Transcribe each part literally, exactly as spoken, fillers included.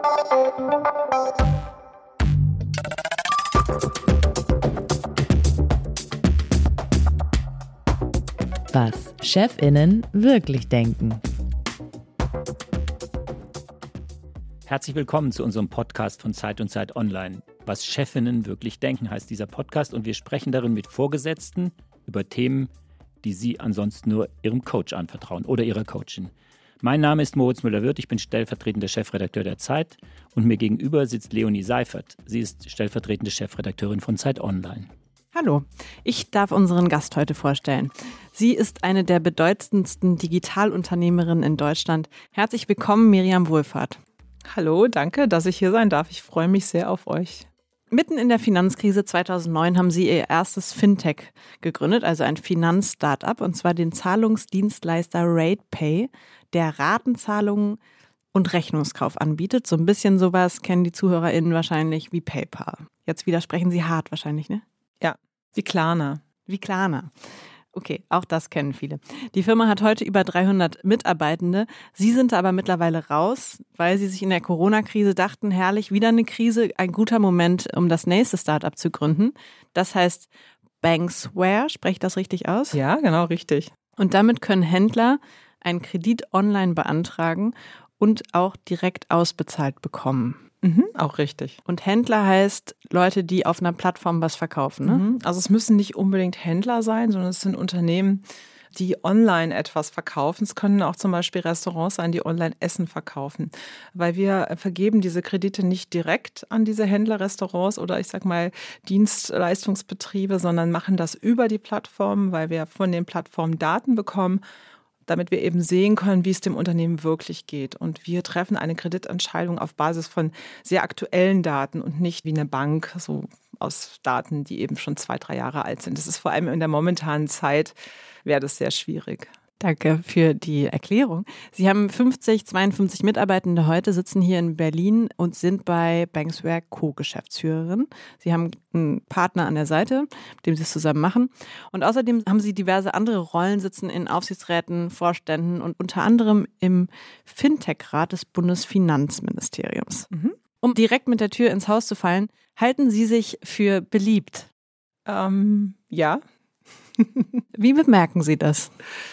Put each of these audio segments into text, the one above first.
Was ChefInnen wirklich denken. Herzlich willkommen zu unserem Podcast von Zeit und Zeit Online. Was Chefinnen wirklich denken, heißt dieser Podcast, und wir sprechen darin mit Vorgesetzten über Themen, die sie ansonsten nur ihrem Coach anvertrauen oder ihrer Coachin. Mein Name ist Moritz Müller-Wirth, ich bin stellvertretender Chefredakteur der Zeit und mir gegenüber sitzt Leonie Seifert. Sie ist stellvertretende Chefredakteurin von Zeit Online. Hallo, ich darf unseren Gast heute vorstellen. Sie ist eine der bedeutendsten Digitalunternehmerinnen in Deutschland. Herzlich willkommen, Miriam Wohlfahrt. Hallo, danke, dass ich hier sein darf. Ich freue mich sehr auf euch. Mitten in der Finanzkrise zweitausendneun haben Sie Ihr erstes Fintech gegründet, also ein Finanz-Startup, und zwar den Zahlungsdienstleister RatePay, der Ratenzahlungen und Rechnungskauf anbietet. So ein bisschen sowas kennen die ZuhörerInnen wahrscheinlich wie PayPal. Jetzt widersprechen Sie hart wahrscheinlich, ne? Ja, wie Klarna. Wie Klarna. Okay, auch das kennen viele. Die Firma hat heute über dreihundert Mitarbeitende. Sie sind aber mittlerweile raus, weil sie sich in der Corona-Krise dachten, herrlich, wieder eine Krise, ein guter Moment, um das nächste Startup zu gründen. Das heißt Banksware, spreche ich das richtig aus? Ja, genau, richtig. Und damit können Händler einen Kredit online beantragen und auch direkt ausbezahlt bekommen. Mhm, auch richtig. Und Händler heißt Leute, die auf einer Plattform was verkaufen, ne? Mhm, also es müssen nicht unbedingt Händler sein, sondern es sind Unternehmen, die online etwas verkaufen. Es können auch zum Beispiel Restaurants sein, die online Essen verkaufen. Weil wir vergeben diese Kredite nicht direkt an diese Händler, Restaurants oder ich sag mal Dienstleistungsbetriebe, sondern machen das über die Plattform, weil wir von den Plattformen Daten bekommen, damit wir eben sehen können, wie es dem Unternehmen wirklich geht. Und wir treffen eine Kreditentscheidung auf Basis von sehr aktuellen Daten und nicht wie eine Bank, so aus Daten, die eben schon zwei, drei Jahre alt sind. Das ist vor allem in der momentanen Zeit, wäre das sehr schwierig. Danke für die Erklärung. Sie haben fünfzig, zweiundfünfzig Mitarbeitende heute, sitzen hier in Berlin und sind bei Banksware Co-Geschäftsführerin. Sie haben einen Partner an der Seite, mit dem Sie es zusammen machen. Und außerdem haben Sie diverse andere Rollen, sitzen in Aufsichtsräten, Vorständen und unter anderem im Fintech-Rat des Bundesfinanzministeriums. Mhm. Um direkt mit der Tür ins Haus zu fallen, halten Sie sich für beliebt? Ähm, ja. Wie bemerken Sie das?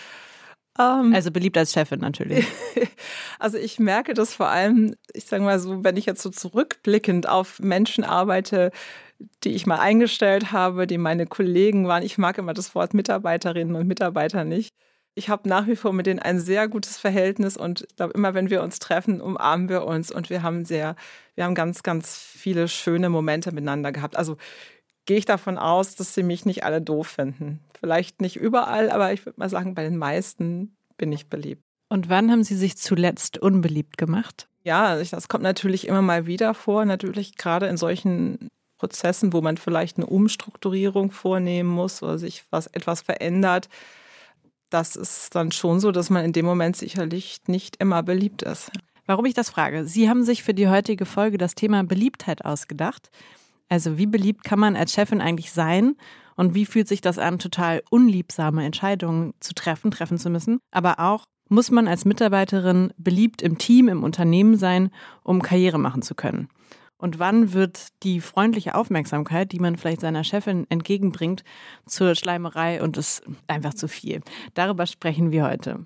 Um, also beliebt als Chefin natürlich. Also ich merke das vor allem, ich sage mal so, wenn ich jetzt so zurückblickend auf Menschen arbeite, die ich mal eingestellt habe, die meine Kollegen waren. Ich mag immer das Wort Mitarbeiterinnen und Mitarbeiter nicht. Ich habe nach wie vor mit denen ein sehr gutes Verhältnis und ich glaube, immer wenn wir uns treffen, umarmen wir uns und wir haben sehr, wir haben ganz, ganz viele schöne Momente miteinander gehabt. Also gehe ich davon aus, dass sie mich nicht alle doof finden. Vielleicht nicht überall, aber ich würde mal sagen, bei den meisten bin ich beliebt. Und wann haben Sie sich zuletzt unbeliebt gemacht? Ja, das kommt natürlich immer mal wieder vor. Natürlich gerade in solchen Prozessen, wo man vielleicht eine Umstrukturierung vornehmen muss oder sich was etwas verändert. Das ist dann schon so, dass man in dem Moment sicherlich nicht immer beliebt ist. Warum ich das frage? Sie haben sich für die heutige Folge das Thema Beliebtheit ausgedacht. Also wie beliebt kann man als Chefin eigentlich sein und wie fühlt sich das an, total unliebsame Entscheidungen zu treffen, treffen zu müssen? Aber auch, muss man als Mitarbeiterin beliebt im Team, im Unternehmen sein, um Karriere machen zu können? Und wann wird die freundliche Aufmerksamkeit, die man vielleicht seiner Chefin entgegenbringt, zur Schleimerei und ist einfach zu viel? Darüber sprechen wir heute.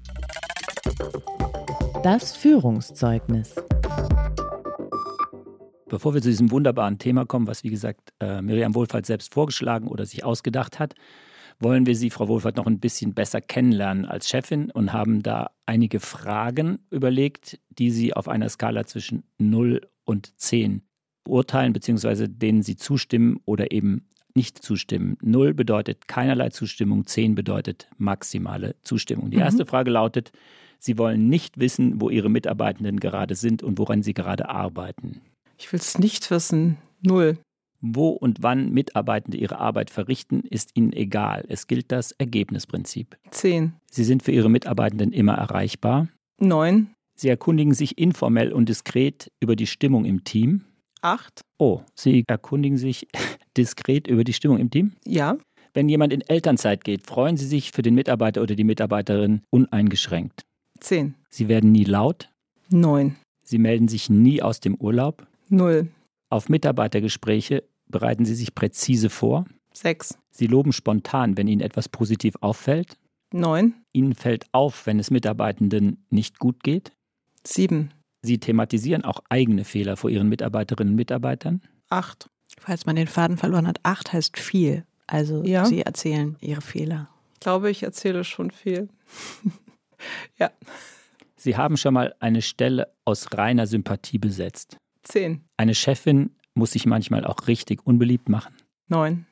Das Führungszeugnis. Bevor wir zu diesem wunderbaren Thema kommen, was wie gesagt äh, Miriam Wohlfahrt selbst vorgeschlagen oder sich ausgedacht hat, wollen wir Sie, Frau Wohlfahrt, noch ein bisschen besser kennenlernen als Chefin und haben da einige Fragen überlegt, die Sie auf einer Skala zwischen null und zehn beurteilen, beziehungsweise denen Sie zustimmen oder eben nicht zustimmen. null bedeutet keinerlei Zustimmung, zehn bedeutet maximale Zustimmung. Die erste mhm. Frage lautet, Sie wollen nicht wissen, wo Ihre Mitarbeitenden gerade sind und woran sie gerade arbeiten. Ich will es nicht wissen. Null. Wo und wann Mitarbeitende ihre Arbeit verrichten, ist ihnen egal. Es gilt das Ergebnisprinzip. Zehn. Sie sind für ihre Mitarbeitenden immer erreichbar. Neun. Sie erkundigen sich informell und diskret über die Stimmung im Team. Acht. Oh, Sie erkundigen sich diskret über die Stimmung im Team? Ja. Wenn jemand in Elternzeit geht, freuen Sie sich für den Mitarbeiter oder die Mitarbeiterin uneingeschränkt. Zehn. Sie werden nie laut. Neun. Sie melden sich nie aus dem Urlaub. Null. Auf Mitarbeitergespräche bereiten Sie sich präzise vor. Sechs. Sie loben spontan, wenn Ihnen etwas positiv auffällt. Neun. Ihnen fällt auf, wenn es Mitarbeitenden nicht gut geht. Sieben. Sie thematisieren auch eigene Fehler vor Ihren Mitarbeiterinnen und Mitarbeitern. Acht. Falls man den Faden verloren hat, acht heißt viel. Also Ja. Sie erzählen Ihre Fehler. Ich glaube, ich erzähle schon viel. Ja. Sie haben schon mal eine Stelle aus reiner Sympathie besetzt. Zehn. Eine Chefin muss sich manchmal auch richtig unbeliebt machen. Neun.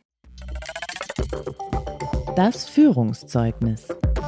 Das Führungszeugnis.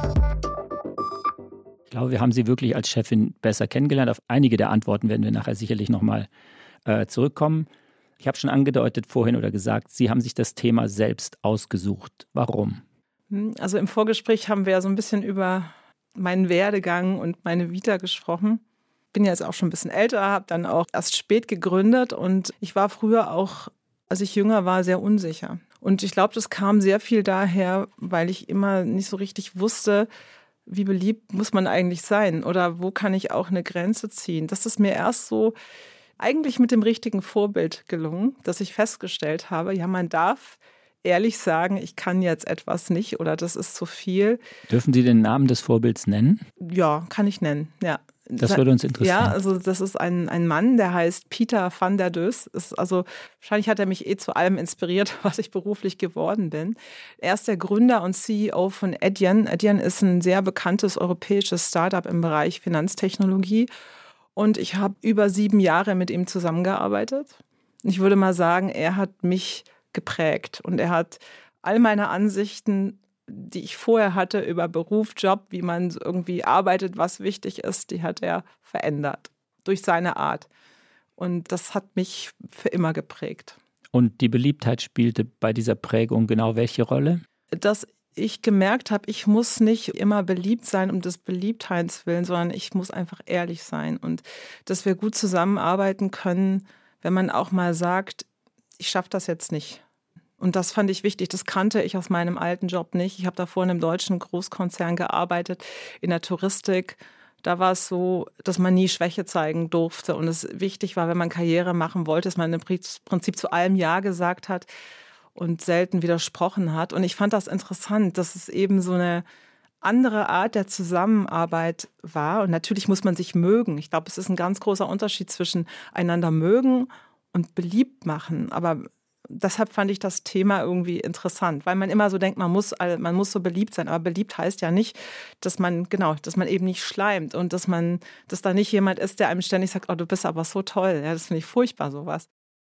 Ich glaube, wir haben Sie wirklich als Chefin besser kennengelernt. Auf einige der Antworten werden wir nachher sicherlich nochmal äh, zurückkommen. Ich habe schon angedeutet vorhin oder gesagt, Sie haben sich das Thema selbst ausgesucht. Warum? Also im Vorgespräch haben wir ja so ein bisschen über meinen Werdegang und meine Vita gesprochen. Bin ja jetzt auch schon ein bisschen älter, habe dann auch erst spät gegründet und ich war früher auch, als ich jünger war, sehr unsicher. Und ich glaube, das kam sehr viel daher, weil ich immer nicht so richtig wusste, wie beliebt muss man eigentlich sein oder wo kann ich auch eine Grenze ziehen. Das ist mir erst so eigentlich mit dem richtigen Vorbild gelungen, dass ich festgestellt habe, ja, man darf ehrlich sagen, ich kann jetzt etwas nicht oder das ist zu viel. Dürfen Sie den Namen des Vorbilds nennen? Ja, kann ich nennen, ja. Das würde uns interessieren. Ja, also das ist ein, ein Mann, der heißt Pieter van der Does. Ist also, wahrscheinlich hat er mich eh zu allem inspiriert, was ich beruflich geworden bin. Er ist der Gründer und C E O von Adyen. Adyen ist ein sehr bekanntes europäisches Startup im Bereich Finanztechnologie. Und ich habe über sieben Jahre mit ihm zusammengearbeitet. Ich würde mal sagen, er hat mich geprägt und er hat all meine Ansichten, die ich vorher hatte über Beruf, Job, wie man irgendwie arbeitet, was wichtig ist, die hat er verändert durch seine Art. Und das hat mich für immer geprägt. Und die Beliebtheit spielte bei dieser Prägung genau welche Rolle? Dass ich gemerkt habe, ich muss nicht immer beliebt sein um des Beliebtheits willen, sondern ich muss einfach ehrlich sein. Und dass wir gut zusammenarbeiten können, wenn man auch mal sagt, ich schaffe das jetzt nicht. Und das fand ich wichtig. Das kannte ich aus meinem alten Job nicht. Ich habe davor in einem deutschen Großkonzern gearbeitet, in der Touristik. Da war es so, dass man nie Schwäche zeigen durfte. Und es wichtig war, wenn man Karriere machen wollte, dass man im Prinzip zu allem Ja gesagt hat und selten widersprochen hat. Und ich fand das interessant, dass es eben so eine andere Art der Zusammenarbeit war. Und natürlich muss man sich mögen. Ich glaube, es ist ein ganz großer Unterschied zwischen einander mögen und beliebt machen. Aber deshalb fand ich das Thema irgendwie interessant, weil man immer so denkt, man muss, man muss so beliebt sein. Aber beliebt heißt ja nicht, dass man, genau, dass man eben nicht schleimt und dass man, dass da nicht jemand ist, der einem ständig sagt, oh, du bist aber so toll. Ja, das finde ich furchtbar, sowas.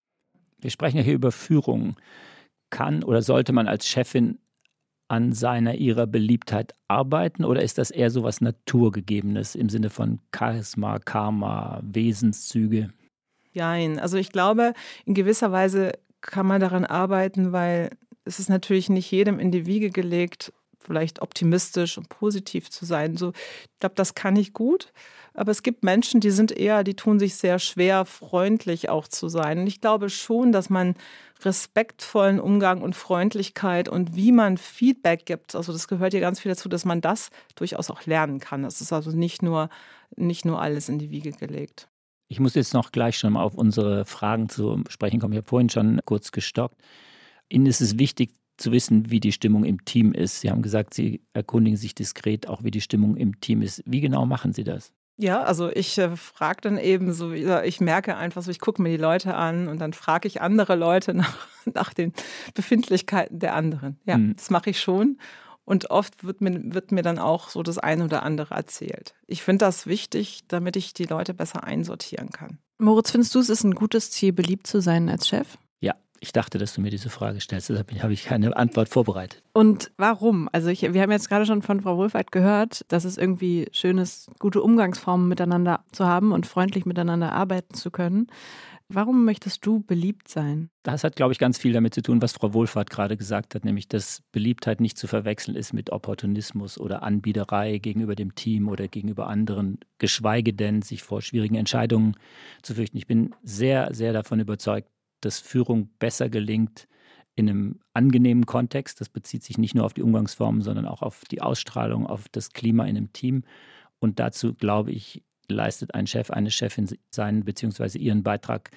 Wir sprechen ja hier über Führung. Kann oder sollte man als Chefin an seiner, ihrer Beliebtheit arbeiten oder ist das eher so was Naturgegebenes im Sinne von Charisma, Karma, Wesenszüge? Nein, also ich glaube, in gewisser Weise kann man daran arbeiten, weil es ist natürlich nicht jedem in die Wiege gelegt, vielleicht optimistisch und positiv zu sein. So, ich glaube, das kann ich gut. Aber es gibt Menschen, die sind eher, die tun sich sehr schwer, freundlich auch zu sein. Und ich glaube schon, dass man respektvollen Umgang und Freundlichkeit und wie man Feedback gibt, also das gehört hier ganz viel dazu, dass man das durchaus auch lernen kann. Es ist also nicht nur, nicht nur alles in die Wiege gelegt. Ich muss jetzt noch gleich schon mal auf unsere Fragen zu sprechen kommen. Ich habe vorhin schon kurz gestockt. Ihnen ist es wichtig zu wissen, wie die Stimmung im Team ist. Sie haben gesagt, Sie erkundigen sich diskret auch, wie die Stimmung im Team ist. Wie genau machen Sie das? Ja, also ich äh, frage dann eben so, ich merke einfach so, ich gucke mir die Leute an und dann frage ich andere Leute nach, nach den Befindlichkeiten der anderen. Ja, hm. Das mache ich schon. Und oft wird mir, wird mir dann auch so das eine oder andere erzählt. Ich finde das wichtig, damit ich die Leute besser einsortieren kann. Moritz, findest du, es ist ein gutes Ziel, beliebt zu sein als Chef? Ja, ich dachte, dass du mir diese Frage stellst. Deshalb habe ich keine Antwort vorbereitet. Und warum? Also ich, wir haben jetzt gerade schon von Frau Wohlfahrt gehört, dass es irgendwie schön ist, gute Umgangsformen miteinander zu haben und freundlich miteinander arbeiten zu können. Warum möchtest du beliebt sein? Das hat, glaube ich, ganz viel damit zu tun, was Frau Wohlfahrt gerade gesagt hat, nämlich, dass Beliebtheit nicht zu verwechseln ist mit Opportunismus oder Anbiederei gegenüber dem Team oder gegenüber anderen, geschweige denn, sich vor schwierigen Entscheidungen zu fürchten. Ich bin sehr, sehr davon überzeugt, dass Führung besser gelingt in einem angenehmen Kontext. Das bezieht sich nicht nur auf die Umgangsformen, sondern auch auf die Ausstrahlung, auf das Klima in einem Team. Und dazu, glaube ich, leistet ein Chef, eine Chefin seinen bzw. ihren Beitrag,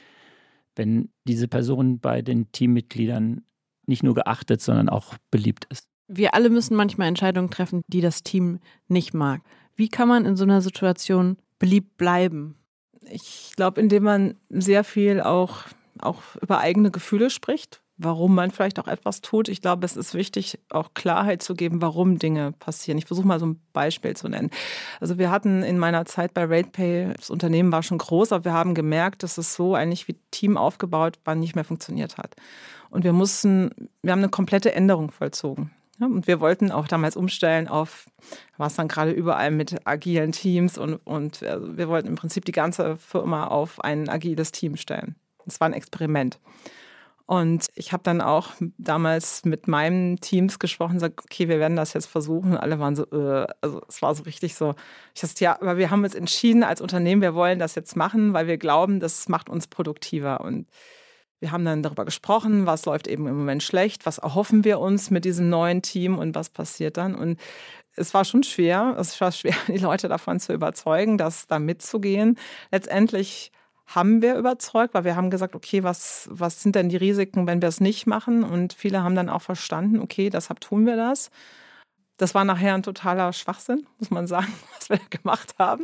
wenn diese Person bei den Teammitgliedern nicht nur geachtet, sondern auch beliebt ist? Wir alle müssen manchmal Entscheidungen treffen, die das Team nicht mag. Wie kann man in so einer Situation beliebt bleiben? Ich glaube, indem man sehr viel auch, auch über eigene Gefühle spricht, warum man vielleicht auch etwas tut. Ich glaube, es ist wichtig, auch Klarheit zu geben, warum Dinge passieren. Ich versuche mal so ein Beispiel zu nennen. Also wir hatten in meiner Zeit bei RatePay, das Unternehmen war schon groß, aber wir haben gemerkt, dass es so eigentlich wie Team aufgebaut war, nicht mehr funktioniert hat. Und wir mussten, wir haben eine komplette Änderung vollzogen. Ja, und wir wollten auch damals umstellen auf, war es dann gerade überall mit agilen Teams und, und wir wollten im Prinzip die ganze Firma auf ein agiles Team stellen. Das war ein Experiment. Und ich habe dann auch damals mit meinen Teams gesprochen und gesagt, okay, wir werden das jetzt versuchen. Und alle waren so, äh, also es war so richtig so. Ich dachte, ja, aber wir haben uns entschieden als Unternehmen, wir wollen das jetzt machen, weil wir glauben, das macht uns produktiver. Und wir haben dann darüber gesprochen, was läuft eben im Moment schlecht, was erhoffen wir uns mit diesem neuen Team und was passiert dann. Und es war schon schwer, es war schwer, die Leute davon zu überzeugen, das da mitzugehen. Letztendlich haben wir überzeugt, weil wir haben gesagt, okay, was, was sind denn die Risiken, wenn wir es nicht machen? Und viele haben dann auch verstanden, okay, deshalb tun wir das. Das war nachher ein totaler Schwachsinn, muss man sagen, was wir da gemacht haben.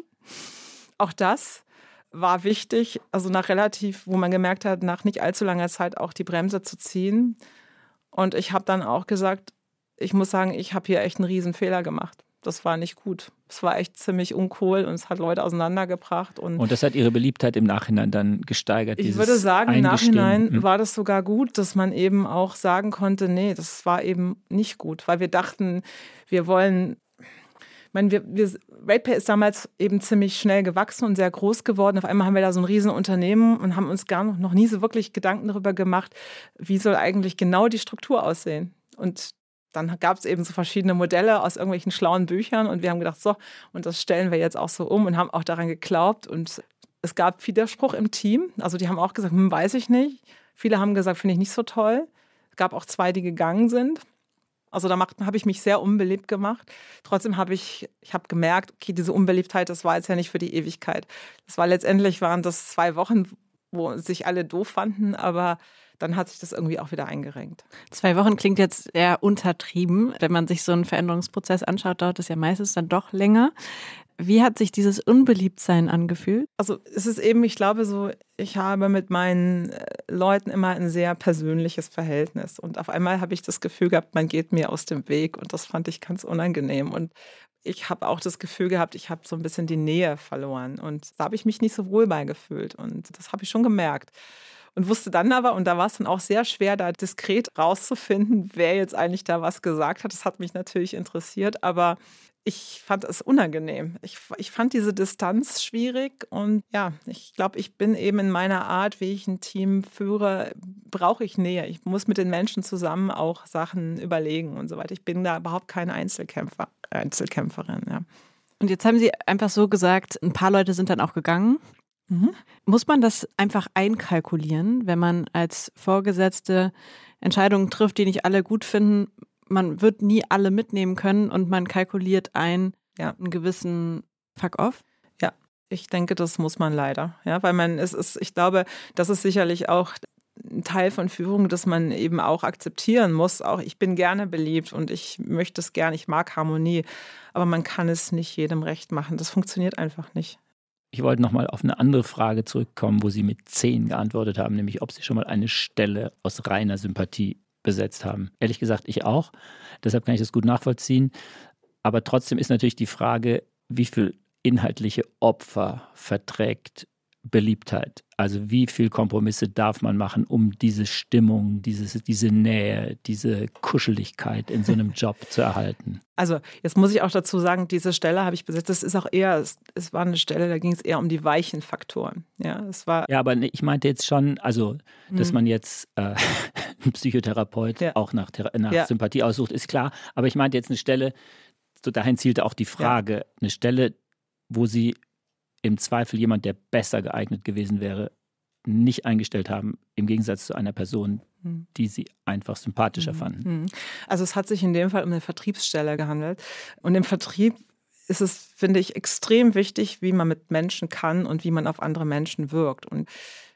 Auch das war wichtig, also nach relativ, wo man gemerkt hat, nach nicht allzu langer Zeit auch die Bremse zu ziehen. Und ich habe dann auch gesagt, ich muss sagen, ich habe hier echt einen riesen Fehler gemacht. Das war nicht gut. Es war echt ziemlich uncool und es hat Leute auseinandergebracht. Und, und das hat ihre Beliebtheit im Nachhinein dann gesteigert? Ich würde sagen, im Nachhinein hm. war das sogar gut, dass man eben auch sagen konnte, nee, das war eben nicht gut. Weil wir dachten, wir wollen, ich meine, wir, wir, RatePay ist damals eben ziemlich schnell gewachsen und sehr groß geworden. Auf einmal haben wir da so ein Riesenunternehmen und haben uns gar noch, noch nie so wirklich Gedanken darüber gemacht, wie soll eigentlich genau die Struktur aussehen. Und dann gab es eben so verschiedene Modelle aus irgendwelchen schlauen Büchern und wir haben gedacht, so, und das stellen wir jetzt auch so um und haben auch daran geglaubt. Und es gab Widerspruch im Team. Also die haben auch gesagt, hm, weiß ich nicht. Viele haben gesagt, finde ich nicht so toll. Es gab auch zwei, die gegangen sind. Also da habe ich mich sehr unbeliebt gemacht. Trotzdem habe ich, ich habe gemerkt, okay, diese Unbeliebtheit, das war jetzt ja nicht für die Ewigkeit. Das war letztendlich, waren das zwei Wochen, wo sich alle doof fanden, aber dann hat sich das irgendwie auch wieder eingerenkt. Zwei Wochen klingt jetzt eher untertrieben. Wenn man sich so einen Veränderungsprozess anschaut, dauert es ja meistens dann doch länger. Wie hat sich dieses Unbeliebtsein angefühlt? Also es ist eben, ich glaube so, ich habe mit meinen Leuten immer ein sehr persönliches Verhältnis. Und auf einmal habe ich das Gefühl gehabt, man geht mir aus dem Weg. Und das fand ich ganz unangenehm. Und ich habe auch das Gefühl gehabt, ich habe so ein bisschen die Nähe verloren. Und da habe ich mich nicht so wohl bei gefühlt. Und das habe ich schon gemerkt. Und wusste dann aber, und da war es dann auch sehr schwer, da diskret rauszufinden, wer jetzt eigentlich da was gesagt hat. Das hat mich natürlich interessiert, aber ich fand es unangenehm. Ich, ich fand diese Distanz schwierig und ja, ich glaube, ich bin eben in meiner Art, wie ich ein Team führe, brauche ich Nähe. Ich muss mit den Menschen zusammen auch Sachen überlegen und so weiter. Ich bin da überhaupt keine Einzelkämpfer, Einzelkämpferin, ja. Und jetzt haben Sie einfach so gesagt, ein paar Leute sind dann auch gegangen. Mhm. Muss man das einfach einkalkulieren, wenn man als Vorgesetzte Entscheidungen trifft, die nicht alle gut finden? Man wird nie alle mitnehmen können und man kalkuliert ein, ja, einen gewissen Fuck-off? Ja, ich denke, das muss man leider. Ja, weil man, es ist, ich glaube, das ist sicherlich auch ein Teil von Führung, dass man eben auch akzeptieren muss. Auch ich bin gerne beliebt und ich möchte es gerne, ich mag Harmonie, aber man kann es nicht jedem recht machen. Das funktioniert einfach nicht. Ich wollte nochmal auf eine andere Frage zurückkommen, wo Sie mit zehn geantwortet haben, nämlich ob Sie schon mal eine Stelle aus reiner Sympathie besetzt haben. Ehrlich gesagt, ich auch. Deshalb kann ich das gut nachvollziehen. Aber trotzdem ist natürlich die Frage, wie viel inhaltliche Opfer verträgt Beliebtheit? Also wie viel Kompromisse darf man machen, um diese Stimmung, dieses, diese Nähe, diese Kuscheligkeit in so einem Job zu erhalten? Also jetzt muss ich auch dazu sagen, diese Stelle habe ich besetzt, das ist auch eher, es, es war eine Stelle, da ging es eher um die weichen Faktoren. Ja, es war ja, aber ich meinte jetzt schon, also dass hm. man jetzt äh, einen Psychotherapeut ja. auch nach, nach ja. Sympathie aussucht, ist klar. Aber ich meinte jetzt eine Stelle, so dahin zielte auch die Frage, ja. eine Stelle, wo sie im Zweifel jemand, der besser geeignet gewesen wäre, nicht eingestellt haben, im Gegensatz zu einer Person, die sie einfach sympathischer fanden. Also es hat sich in dem Fall um eine Vertriebsstelle gehandelt. Und im Vertrieb ist es, finde ich, extrem wichtig, wie man mit Menschen kann und wie man auf andere Menschen wirkt. Und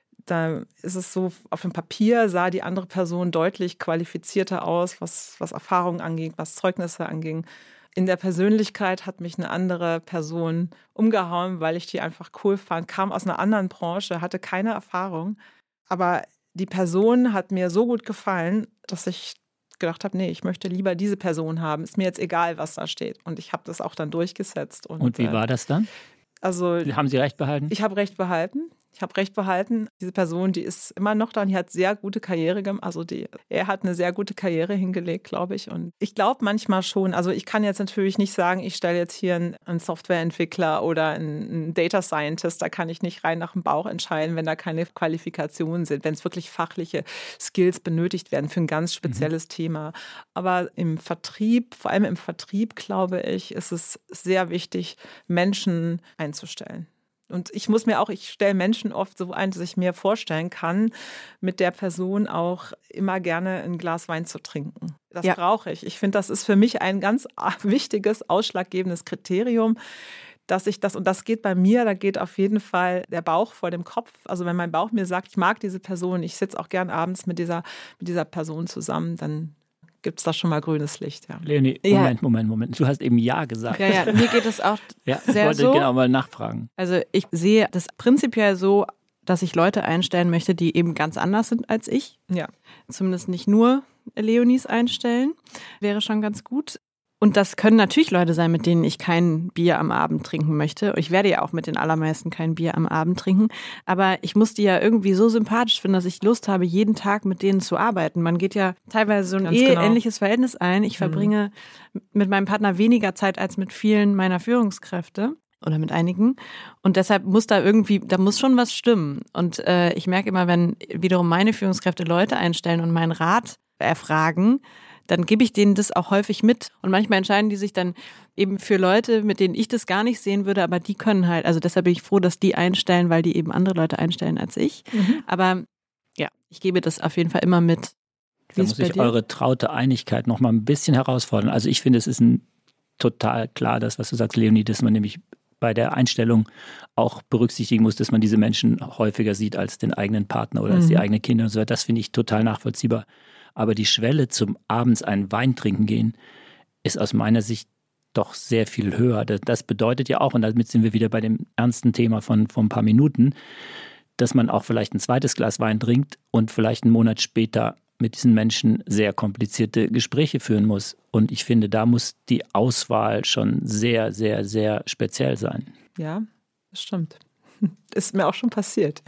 da ist es so, auf dem Papier sah die andere Person deutlich qualifizierter aus, was, was Erfahrungen anging, was Zeugnisse anging. In der Persönlichkeit hat mich eine andere Person umgehauen, weil ich die einfach cool fand, kam aus einer anderen Branche, hatte keine Erfahrung. Aber die Person hat mir so gut gefallen, dass ich gedacht habe, nee, ich möchte lieber diese Person haben. Ist mir jetzt egal, was da steht. Und ich habe das auch dann durchgesetzt. Und, Und wie äh, war das dann? Also, Haben Sie recht behalten? Ich habe recht behalten. Ich habe recht behalten. Diese Person, die ist immer noch da und die hat sehr gute Karriere gemacht. Also die, er hat eine sehr gute Karriere hingelegt, glaube ich. Und ich glaube manchmal schon, also ich kann jetzt natürlich nicht sagen, ich stelle jetzt hier einen, einen Softwareentwickler oder einen, einen Data Scientist, da kann ich nicht rein nach dem Bauch entscheiden, wenn da keine Qualifikationen sind, wenn es wirklich fachliche Skills benötigt werden für ein ganz spezielles mhm. Thema. Aber im Vertrieb, vor allem im Vertrieb, glaube ich, ist es sehr wichtig, Menschen einzustellen. Und ich muss mir auch, ich stelle Menschen oft so ein, dass ich mir vorstellen kann, mit der Person auch immer gerne ein Glas Wein zu trinken. Das ja. brauche ich. Ich finde, das ist für mich ein ganz wichtiges, ausschlaggebendes Kriterium, dass ich das, und das geht bei mir, da geht auf jeden Fall der Bauch vor dem Kopf. Also wenn mein Bauch mir sagt, ich mag diese Person, ich sitze auch gern abends mit dieser, mit dieser Person zusammen, dann gibt es da schon mal grünes Licht. Ja. Leonie, Moment, ja. Moment, Moment. Du hast eben Ja gesagt. Ja, ja, mir geht es auch ja, sehr ich wollte so. genau mal nachfragen. Also ich sehe das prinzipiell so, dass ich Leute einstellen möchte, die eben ganz anders sind als ich. Ja. Zumindest nicht nur Leonies einstellen. Wäre schon ganz gut. Und das können natürlich Leute sein, mit denen ich kein Bier am Abend trinken möchte. Ich werde ja auch mit den allermeisten kein Bier am Abend trinken. Aber ich muss die ja irgendwie so sympathisch finden, dass ich Lust habe, jeden Tag mit denen zu arbeiten. Man geht ja teilweise so ein eh genau. ähnliches Verhältnis ein. Ich verbringe mhm. mit meinem Partner weniger Zeit als mit vielen meiner Führungskräfte. Oder mit einigen. Und deshalb muss da irgendwie, da muss schon was stimmen. Und äh, ich merke immer, wenn wiederum meine Führungskräfte Leute einstellen und meinen Rat erfragen, dann gebe ich denen das auch häufig mit. Und manchmal entscheiden die sich dann eben für Leute, mit denen ich das gar nicht sehen würde, aber die können halt, also deshalb bin ich froh, dass die einstellen, weil die eben andere Leute einstellen als ich. Mhm. Aber ja, ich gebe das auf jeden Fall immer mit. Wie da muss ich dir? Eure traute Einigkeit noch mal ein bisschen herausfordern. Also ich finde, es ist ein total klar, das, was du sagst, Leonie, dass man nämlich bei der Einstellung auch berücksichtigen muss, dass man diese Menschen häufiger sieht als den eigenen Partner oder als mhm. die eigenen Kinder und so. Das finde ich total nachvollziehbar. Aber die Schwelle zum abends einen Wein trinken gehen, ist aus meiner Sicht doch sehr viel höher. Das bedeutet ja auch, und damit sind wir wieder bei dem ernsten Thema von vor ein paar Minuten, dass man auch vielleicht ein zweites Glas Wein trinkt und vielleicht einen Monat später mit diesen Menschen sehr komplizierte Gespräche führen muss. Und ich finde, da muss die Auswahl schon sehr, sehr, sehr speziell sein. Ja, das stimmt. Ist mir auch schon passiert.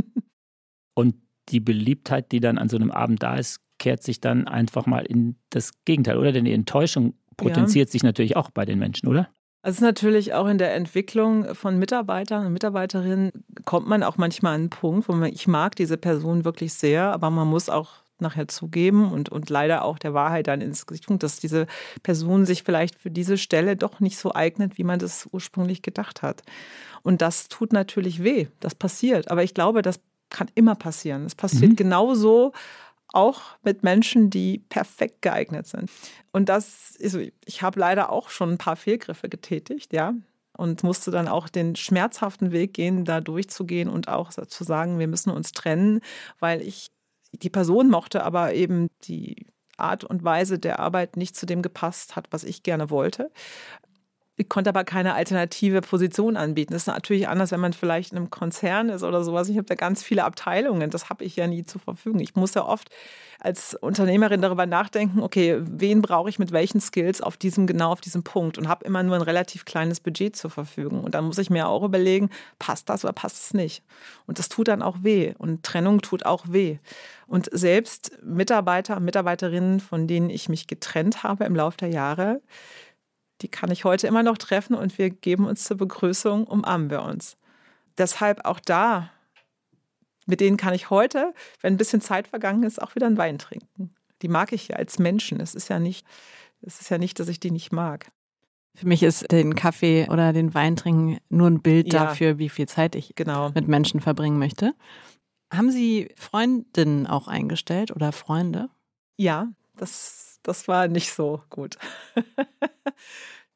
Und die Beliebtheit, die dann an so einem Abend da ist, kehrt sich dann einfach mal in das Gegenteil, oder? Denn die Enttäuschung potenziert ja. sich natürlich auch bei den Menschen, oder? Also es ist natürlich auch in der Entwicklung von Mitarbeitern und Mitarbeiterinnen kommt man auch manchmal an einen Punkt, wo man, ich mag diese Person wirklich sehr, aber man muss auch nachher zugeben und, und leider auch der Wahrheit dann ins Gesicht tun, dass diese Person sich vielleicht für diese Stelle doch nicht so eignet, wie man das ursprünglich gedacht hat. Und das tut natürlich weh, das passiert. Aber ich glaube, das kann immer passieren. Das passiert mhm. genauso auch mit Menschen, die perfekt geeignet sind. Und das ist, ich habe leider auch schon ein paar Fehlgriffe getätigt, ja, und musste dann auch den schmerzhaften Weg gehen, da durchzugehen und auch zu sagen, wir müssen uns trennen, weil ich die Person mochte, aber eben die Art und Weise der Arbeit nicht zu dem gepasst hat, was ich gerne wollte. Ich konnte aber keine alternative Position anbieten. Das ist natürlich anders, wenn man vielleicht in einem Konzern ist oder sowas. Ich habe da ganz viele Abteilungen. Das habe ich ja nie zur Verfügung. Ich muss ja oft als Unternehmerin darüber nachdenken, okay, wen brauche ich mit welchen Skills auf diesem, genau auf diesem Punkt und habe immer nur ein relativ kleines Budget zur Verfügung. Und dann muss ich mir auch überlegen, passt das oder passt es nicht? Und das tut dann auch weh. Und Trennung tut auch weh. Und selbst Mitarbeiter, Mitarbeiterinnen, von denen ich mich getrennt habe im Laufe der Jahre, die kann ich heute immer noch treffen und wir geben uns zur Begrüßung, umarmen wir uns. Deshalb auch da, mit denen kann ich heute, wenn ein bisschen Zeit vergangen ist, auch wieder einen Wein trinken. Die mag ich ja als Menschen. Es ist ja nicht, es ist ja nicht, dass ich die nicht mag. Für mich ist den Kaffee oder den Wein trinken nur ein Bild ja, dafür, wie viel Zeit ich genau. mit Menschen verbringen möchte. Haben Sie Freundinnen auch eingestellt oder Freunde? Ja, das Das war nicht so gut.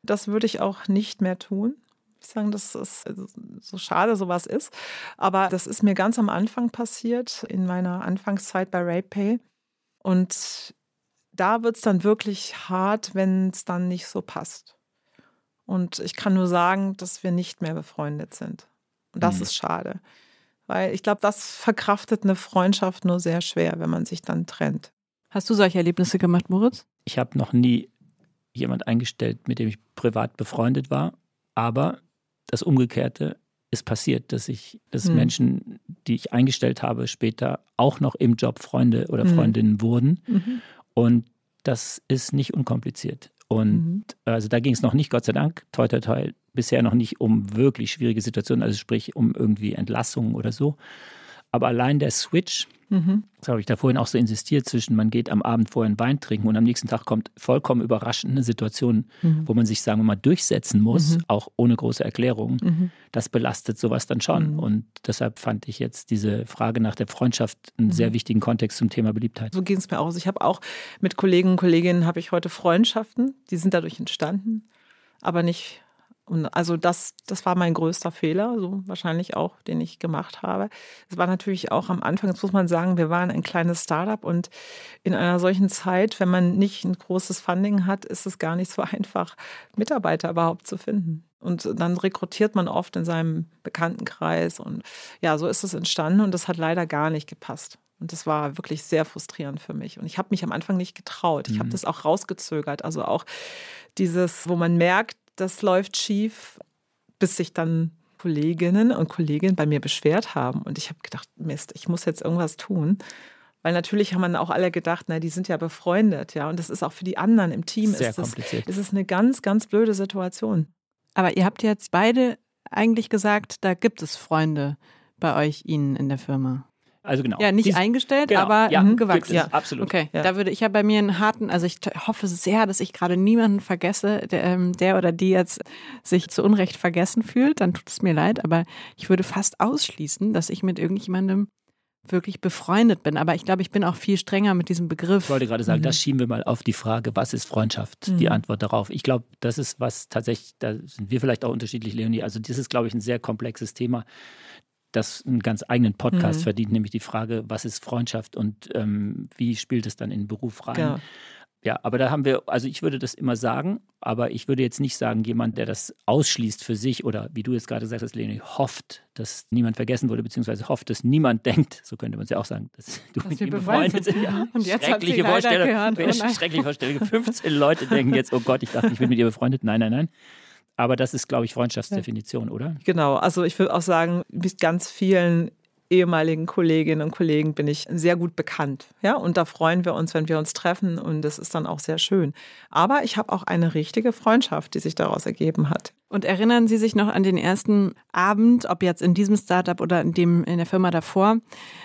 Das würde ich auch nicht mehr tun. Ich sagen, dass es so schade sowas ist. Aber das ist mir ganz am Anfang passiert, in meiner Anfangszeit bei RatePay. Und da wird es dann wirklich hart, wenn es dann nicht so passt. Und ich kann nur sagen, dass wir nicht mehr befreundet sind. Und das mhm. ist schade. Weil ich glaube, das verkraftet eine Freundschaft nur sehr schwer, wenn man sich dann trennt. Hast du solche Erlebnisse gemacht, Moritz? Ich habe noch nie jemand eingestellt, mit dem ich privat befreundet war. Aber das Umgekehrte ist passiert, dass ich, dass hm. Menschen, die ich eingestellt habe, später auch noch im Job Freunde oder Freundinnen hm. wurden. Mhm. Und das ist nicht unkompliziert. Und mhm. also da ging es noch nicht, Gott sei Dank, toi, toi, toi, bisher noch nicht um wirklich schwierige Situationen, also sprich um irgendwie Entlassungen oder so. Aber allein der Switch, mhm. das habe ich da vorhin auch so insistiert, zwischen man geht am Abend vorher einen Wein trinken und am nächsten Tag kommt vollkommen überraschend eine Situation, mhm. wo man sich, sagen wir mal, durchsetzen muss, mhm. auch ohne große Erklärung. Mhm. Das belastet sowas dann schon. Mhm. Und deshalb fand ich jetzt diese Frage nach der Freundschaft einen mhm. sehr wichtigen Kontext zum Thema Beliebtheit. So ging es mir auch. Ich habe auch mit Kollegen und Kolleginnen habe ich heute Freundschaften, die sind dadurch entstanden, aber nicht. Und also das, das war mein größter Fehler, so wahrscheinlich auch, den ich gemacht habe. Es war natürlich auch am Anfang, jetzt muss man sagen, wir waren ein kleines Startup und in einer solchen Zeit, wenn man nicht ein großes Funding hat, ist es gar nicht so einfach, Mitarbeiter überhaupt zu finden. Und dann rekrutiert man oft in seinem Bekanntenkreis und ja, so ist es entstanden und das hat leider gar nicht gepasst. Und das war wirklich sehr frustrierend für mich. Und ich habe mich am Anfang nicht getraut. Ich habe das auch rausgezögert. Also auch dieses, wo man merkt, das läuft schief, bis sich dann Kolleginnen und Kollegen bei mir beschwert haben. Und ich habe gedacht, Mist, ich muss jetzt irgendwas tun. Weil natürlich haben dann auch alle gedacht, na, die sind ja befreundet. Ja, und das ist auch für die anderen im Team. Sehr ist das, kompliziert. ist es eine ganz, ganz blöde Situation. Aber ihr habt jetzt beide eigentlich gesagt, da gibt es Freunde bei euch, Ihnen in der Firma. Also genau. Ja, nicht Dies, eingestellt, genau, aber ja, gewachsen. Ja, absolut. Okay, ja. Da würde ich ja bei mir einen harten, also ich hoffe sehr, dass ich gerade niemanden vergesse, der, der oder die jetzt sich zu Unrecht vergessen fühlt, dann tut es mir leid, aber ich würde fast ausschließen, dass ich mit irgendjemandem wirklich befreundet bin. Aber ich glaube, ich bin auch viel strenger mit diesem Begriff. Ich wollte gerade sagen, mhm. das schieben wir mal auf die Frage, was ist Freundschaft? Mhm. Die Antwort darauf. Ich glaube, das ist was tatsächlich, da sind wir vielleicht auch unterschiedlich, Leonie. Also das ist, glaube ich, ein sehr komplexes Thema, das einen ganz eigenen Podcast mhm. verdient, nämlich die Frage, was ist Freundschaft und ähm, wie spielt es dann in den Beruf rein? Ja. Ja, aber da haben wir, also ich würde das immer sagen, aber ich würde jetzt nicht sagen, jemand, der das ausschließt für sich oder wie du jetzt gerade gesagt hast, Leonie, hofft, dass niemand vergessen wurde, beziehungsweise hofft, dass niemand denkt, so könnte man es ja auch sagen, dass du dass mit wir ihm befreundet sind. Ja. Und jetzt schreckliche hat sie leider Vorstellung, gehört, oh nein. schreckliche Vorstellung. fünfzehn Leute denken jetzt, oh Gott, ich dachte, ich bin mit ihr befreundet. Nein, nein, nein. Aber das ist, glaube ich, Freundschaftsdefinition, oder? Genau, also ich würde auch sagen, mit ganz vielen ehemaligen Kolleginnen und Kollegen bin ich sehr gut bekannt. Ja? Und da freuen wir uns, wenn wir uns treffen und das ist dann auch sehr schön. Aber ich habe auch eine richtige Freundschaft, die sich daraus ergeben hat. Und erinnern Sie sich noch an den ersten Abend, ob jetzt in diesem Startup oder in, dem, in der Firma davor,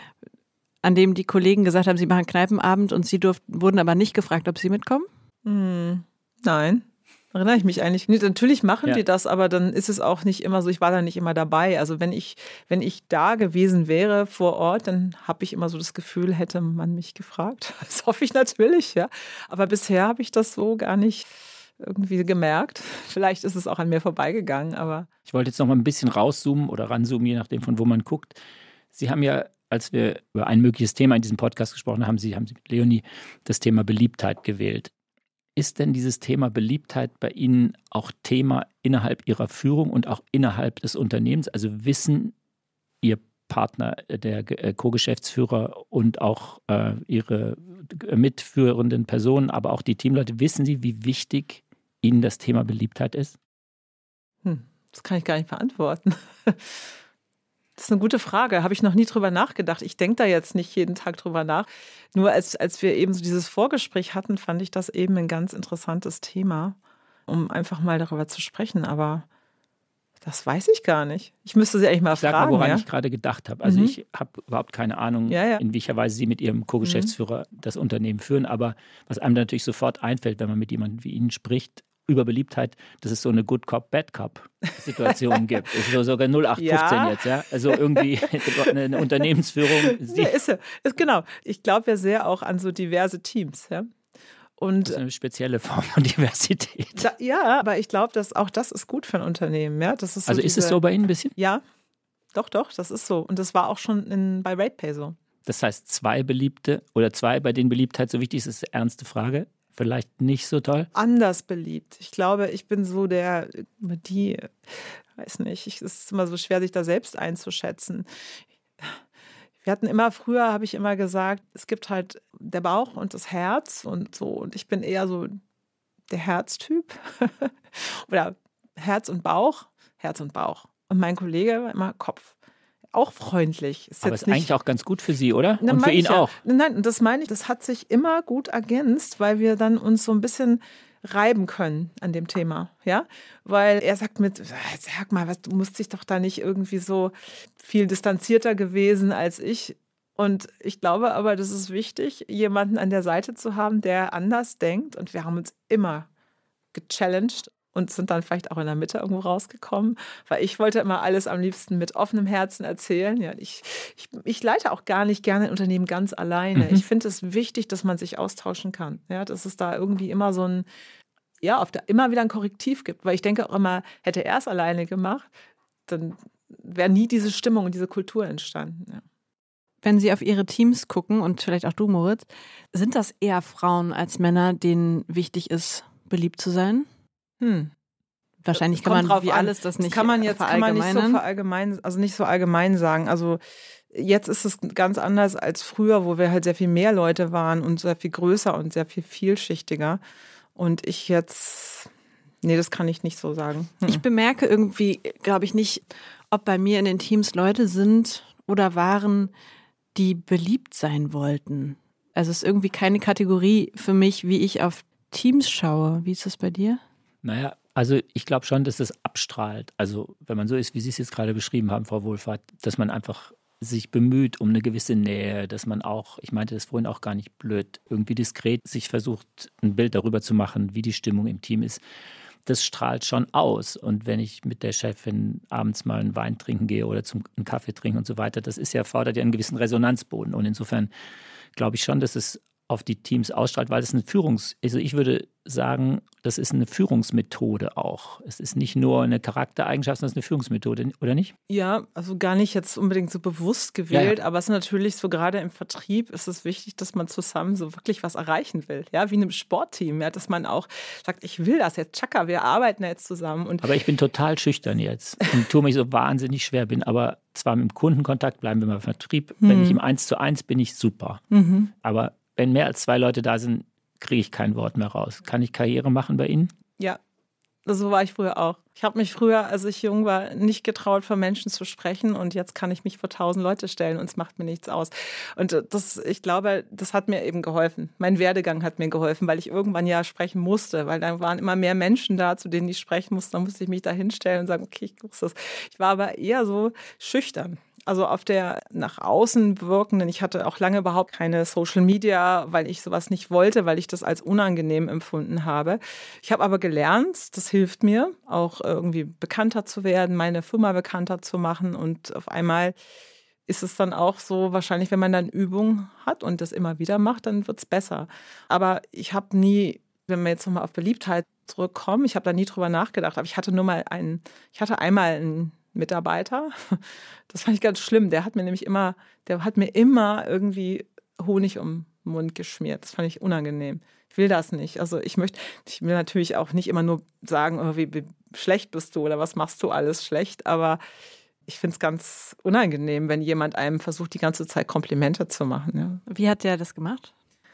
an dem die Kollegen gesagt haben, sie machen Kneipenabend und Sie durften, wurden aber nicht gefragt, ob Sie mitkommen? Hm, nein. Erinnere ich mich eigentlich nicht. Natürlich machen ja. die das, aber dann ist es auch nicht immer so, ich war da nicht immer dabei. Also wenn ich, wenn ich da gewesen wäre vor Ort, dann habe ich immer so das Gefühl, hätte man mich gefragt. Das hoffe ich natürlich, ja. Aber bisher habe ich das so gar nicht irgendwie gemerkt. Vielleicht ist es auch an mir vorbeigegangen, aber... Ich wollte jetzt noch mal ein bisschen rauszoomen oder ranzoomen, je nachdem, von wo man guckt. Sie haben ja, als wir über ein mögliches Thema in diesem Podcast gesprochen haben, Sie haben mit Leonie das Thema Beliebtheit gewählt. Ist denn dieses Thema Beliebtheit bei Ihnen auch Thema innerhalb Ihrer Führung und auch innerhalb des Unternehmens? Also wissen Ihr Partner, der Co-Geschäftsführer und auch äh, Ihre mitführenden Personen, aber auch die Teamleute, wissen Sie, wie wichtig Ihnen das Thema Beliebtheit ist? Hm, das kann ich gar nicht beantworten. Das ist eine gute Frage. Habe ich noch nie drüber nachgedacht. Ich denke da jetzt nicht jeden Tag drüber nach. Nur als, als wir eben so dieses Vorgespräch hatten, fand ich das eben ein ganz interessantes Thema, um einfach mal darüber zu sprechen. Aber das weiß ich gar nicht. Ich müsste sie eigentlich mal ich sag fragen. Mal, woran ja? ich gerade gedacht habe. Also mhm. ich habe überhaupt keine Ahnung, ja, ja. in welcher Weise Sie mit Ihrem Co-Geschäftsführer mhm. das Unternehmen führen. Aber was einem da natürlich sofort einfällt, wenn man mit jemandem wie Ihnen spricht, über Beliebtheit, dass es so eine Good Cop, Bad Cop Situation gibt. Es ist so sogar null acht fünfzehn ja. jetzt, ja. Also irgendwie eine, eine Unternehmensführung. Ja, ist, ist genau. Ich glaube ja sehr auch an so diverse Teams, ja. Und das ist eine spezielle Form von Diversität. Da, ja, aber ich glaube, dass auch das ist gut für ein Unternehmen. Ja? Das ist so also diese, ist es so bei Ihnen ein bisschen? Ja, doch, doch, das ist so. Und das war auch schon in, bei RatePay so. Das heißt, zwei Beliebte oder zwei, bei denen Beliebtheit so wichtig ist, ist eine ernste Frage. Vielleicht nicht so toll? Anders beliebt. Ich glaube, ich bin so der, die, weiß nicht, es ist immer so schwer, sich da selbst einzuschätzen. Wir hatten immer, früher habe ich immer gesagt, es gibt halt der Bauch und das Herz und so. Und ich bin eher so der Herztyp. Oder Herz und Bauch, Herz und Bauch. Und mein Kollege war immer Kopf. Auch freundlich. Ist Aber jetzt ist nicht, eigentlich auch ganz gut für Sie, oder? Na, Und für ihn ja. auch. Nein, und das meine ich, das hat sich immer gut ergänzt, weil wir dann uns so ein bisschen reiben können an dem Thema, ja, weil er sagt mit, sag mal, was, du musst dich doch da nicht irgendwie so viel distanzierter gewesen als ich. Und ich glaube aber, das ist wichtig, jemanden an der Seite zu haben, der anders denkt. Und wir haben uns immer gechallenged und sind dann vielleicht auch in der Mitte irgendwo rausgekommen, weil ich wollte immer alles am liebsten mit offenem Herzen erzählen. Ja, ich, ich, ich leite auch gar nicht gerne ein Unternehmen ganz alleine. Mhm. Ich finde es wichtig, dass man sich austauschen kann. Ja, dass es da irgendwie immer so ein, ja, auf der, immer wieder ein Korrektiv gibt. Weil ich denke auch immer, hätte er es alleine gemacht, dann wäre nie diese Stimmung und diese Kultur entstanden. Ja. Wenn Sie auf Ihre Teams gucken und vielleicht auch du, Moritz, sind das eher Frauen als Männer, denen wichtig ist, beliebt zu sein? Hm. Wahrscheinlich kann man wie an. alles das nicht das kann man jetzt kann man nicht so verallgemein, also nicht so allgemein sagen. Also jetzt ist es ganz anders als früher, wo wir halt sehr viel mehr Leute waren und sehr viel größer und sehr viel vielschichtiger. Und ich jetzt, nee, das kann ich nicht so sagen. Hm. Ich bemerke irgendwie, glaube ich nicht, ob bei mir in den Teams Leute sind oder waren, die beliebt sein wollten. Also es ist irgendwie keine Kategorie für mich, wie ich auf Teams schaue. Wie ist das bei dir? Naja, also ich glaube schon, dass das abstrahlt. Also wenn man so ist, wie Sie es jetzt gerade beschrieben haben, Frau Wohlfahrt, dass man einfach sich bemüht um eine gewisse Nähe, dass man auch, ich meinte das vorhin auch gar nicht blöd, irgendwie diskret sich versucht, ein Bild darüber zu machen, wie die Stimmung im Team ist. Das strahlt schon aus. Und wenn ich mit der Chefin abends mal einen Wein trinken gehe oder zum einen Kaffee trinken und so weiter, das ist ja, fordert ja einen gewissen Resonanzboden. Und insofern glaube ich schon, dass es auf die Teams ausstrahlt, weil es eine Führungs-, also ich würde sagen, das ist eine Führungsmethode auch. Es ist nicht nur eine Charaktereigenschaft, sondern es ist eine Führungsmethode, oder nicht? Ja, also gar nicht jetzt unbedingt so bewusst gewählt, ja, ja. Aber es ist natürlich so, gerade im Vertrieb ist es wichtig, dass man zusammen so wirklich was erreichen will. Ja, wie in einem Sportteam, ja, dass man auch sagt, ich will das jetzt, tschakka, wir arbeiten jetzt zusammen. Und aber ich bin total schüchtern jetzt und tue mich so wahnsinnig schwer, bin aber zwar mit dem Kundenkontakt, bleiben wir mal im Vertrieb, mhm. wenn ich im Eins zu eins bin ich super. Mhm. Aber wenn mehr als zwei Leute da sind, kriege ich kein Wort mehr raus. Kann ich Karriere machen bei Ihnen? Ja, so war ich früher auch. Ich habe mich früher, als ich jung war, nicht getraut, vor Menschen zu sprechen und jetzt kann ich mich vor tausend Leute stellen und es macht mir nichts aus. Und das, ich glaube, das hat mir eben geholfen. Mein Werdegang hat mir geholfen, weil ich irgendwann ja sprechen musste, weil dann waren immer mehr Menschen da, zu denen ich sprechen musste. Dann musste ich mich da hinstellen und sagen, okay, ich muss das. Ich war aber eher so schüchtern. Also auf der nach außen wirkenden, ich hatte auch lange überhaupt keine Social Media, weil ich sowas nicht wollte, weil ich das als unangenehm empfunden habe. Ich habe aber gelernt, das hilft mir, auch irgendwie bekannter zu werden, meine Firma bekannter zu machen. Und auf einmal ist es dann auch so, wahrscheinlich, wenn man dann Übung hat und das immer wieder macht, dann wird es besser. Aber ich habe nie, wenn wir jetzt nochmal auf Beliebtheit zurückkommen, ich habe da nie drüber nachgedacht, aber ich hatte nur mal einen, ich hatte einmal einen Mitarbeiter. Das fand ich ganz schlimm. Der hat mir nämlich immer, der hat mir immer irgendwie Honig um den Mund geschmiert. Das fand ich unangenehm. Ich will das nicht. Also ich möchte, ich will natürlich auch nicht immer nur sagen, oh, wie, wie schlecht bist du oder was machst du alles schlecht, aber ich finde es ganz unangenehm, wenn jemand einem versucht, die ganze Zeit Komplimente zu machen. Ja. Wie hat der das gemacht?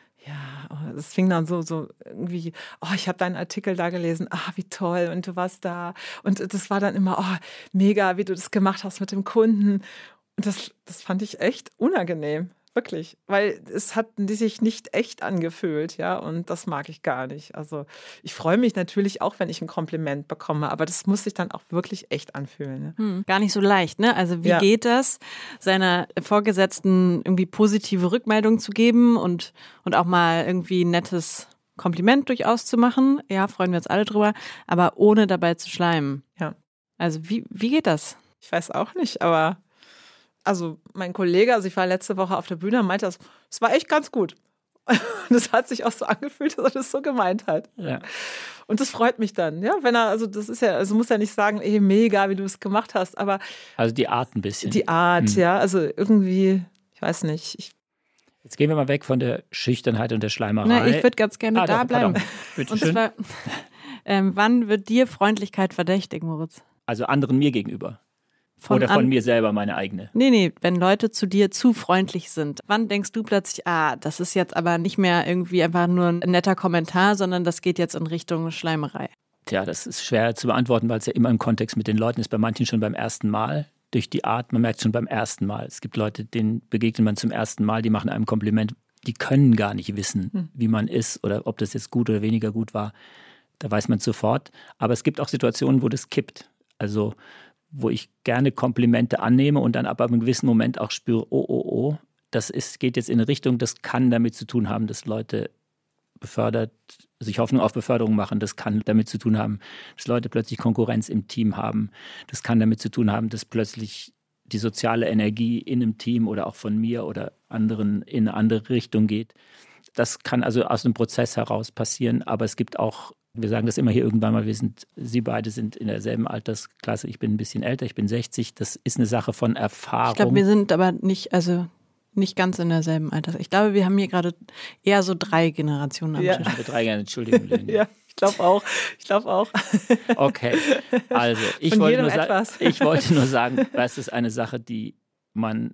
Ja, es fing dann so, so irgendwie, oh, ich habe deinen Artikel da gelesen, ah, wie toll und du warst da. Und das war dann immer, oh, mega, wie du das gemacht hast mit dem Kunden. Und das, das fand ich echt unangenehm, wirklich, weil es hat sich nicht echt angefühlt, ja, und das mag ich gar nicht. Also ich freue mich natürlich auch, wenn ich ein Kompliment bekomme, aber das muss sich dann auch wirklich echt anfühlen. Ne? Hm, gar nicht so leicht, ne? Also wie ja. geht das, seiner Vorgesetzten irgendwie positive Rückmeldung zu geben und, und auch mal irgendwie ein nettes Kompliment durchaus zu machen? Ja, freuen wir uns alle drüber, aber ohne dabei zu schleimen. Ja. Also wie, wie geht das? Ich weiß auch nicht, aber also mein Kollege, also ich war letzte Woche auf der Bühne und meinte, das war echt ganz gut. Und es hat sich auch so angefühlt, dass er das so gemeint hat. Ja. Und das freut mich dann, ja, wenn er, also das ist ja, also muss ja nicht sagen, ey, mega, wie du es gemacht hast, aber Also die Art ein bisschen. die Art, Hm. ja, also irgendwie, ich weiß nicht. Ich, Jetzt gehen wir mal weg von der Schüchternheit und der Schleimerei. Na, ich würde ganz gerne Ah, da doch, bleiben. pardon. Bitte Und schön. zwar, ähm, wann wird dir Freundlichkeit verdächtig, Moritz? Also anderen mir gegenüber. Von Oder von an- mir selber, meine eigene. Nee, nee, wenn Leute zu dir zu freundlich sind, wann denkst du plötzlich, ah, das ist jetzt aber nicht mehr irgendwie einfach nur ein netter Kommentar, sondern das geht jetzt in Richtung Schleimerei? Tja, das ist schwer zu beantworten, weil es ja immer im Kontext mit den Leuten ist. Bei manchen schon beim ersten Mal. Durch die Art, man merkt schon beim ersten Mal. Es gibt Leute, denen begegnet man zum ersten Mal, die machen einem Kompliment. Die können gar nicht wissen, Hm. wie man ist oder ob das jetzt gut oder weniger gut war. Da weiß man sofort. Aber es gibt auch Situationen, wo das kippt. Also wo ich gerne Komplimente annehme und dann ab einem gewissen Moment auch spüre, oh, oh, oh, das ist, geht jetzt in eine Richtung, das kann damit zu tun haben, dass Leute befördert, sich Hoffnung auf Beförderung machen. Das kann damit zu tun haben, dass Leute plötzlich Konkurrenz im Team haben. Das kann damit zu tun haben, dass plötzlich die soziale Energie in einem Team oder auch von mir oder anderen in eine andere Richtung geht. Das kann also aus einem Prozess heraus passieren, aber es gibt auch, wir sagen das immer hier irgendwann mal, wir sind, Sie beide sind in derselben Altersklasse, ich bin ein bisschen älter, ich bin sechzig, das ist eine Sache von Erfahrung. Ich glaube, wir sind aber nicht, also nicht ganz in derselben Alters. Ich glaube, wir haben hier gerade eher so drei Generationen am Ja. Tisch. Ich habe drei gerne, Entschuldigung, Leni. ja, ich glaube auch, ich glaube auch. Okay, also ich Von wollte, jedem nur sa- etwas. ich wollte nur sagen, das ist eine Sache, die man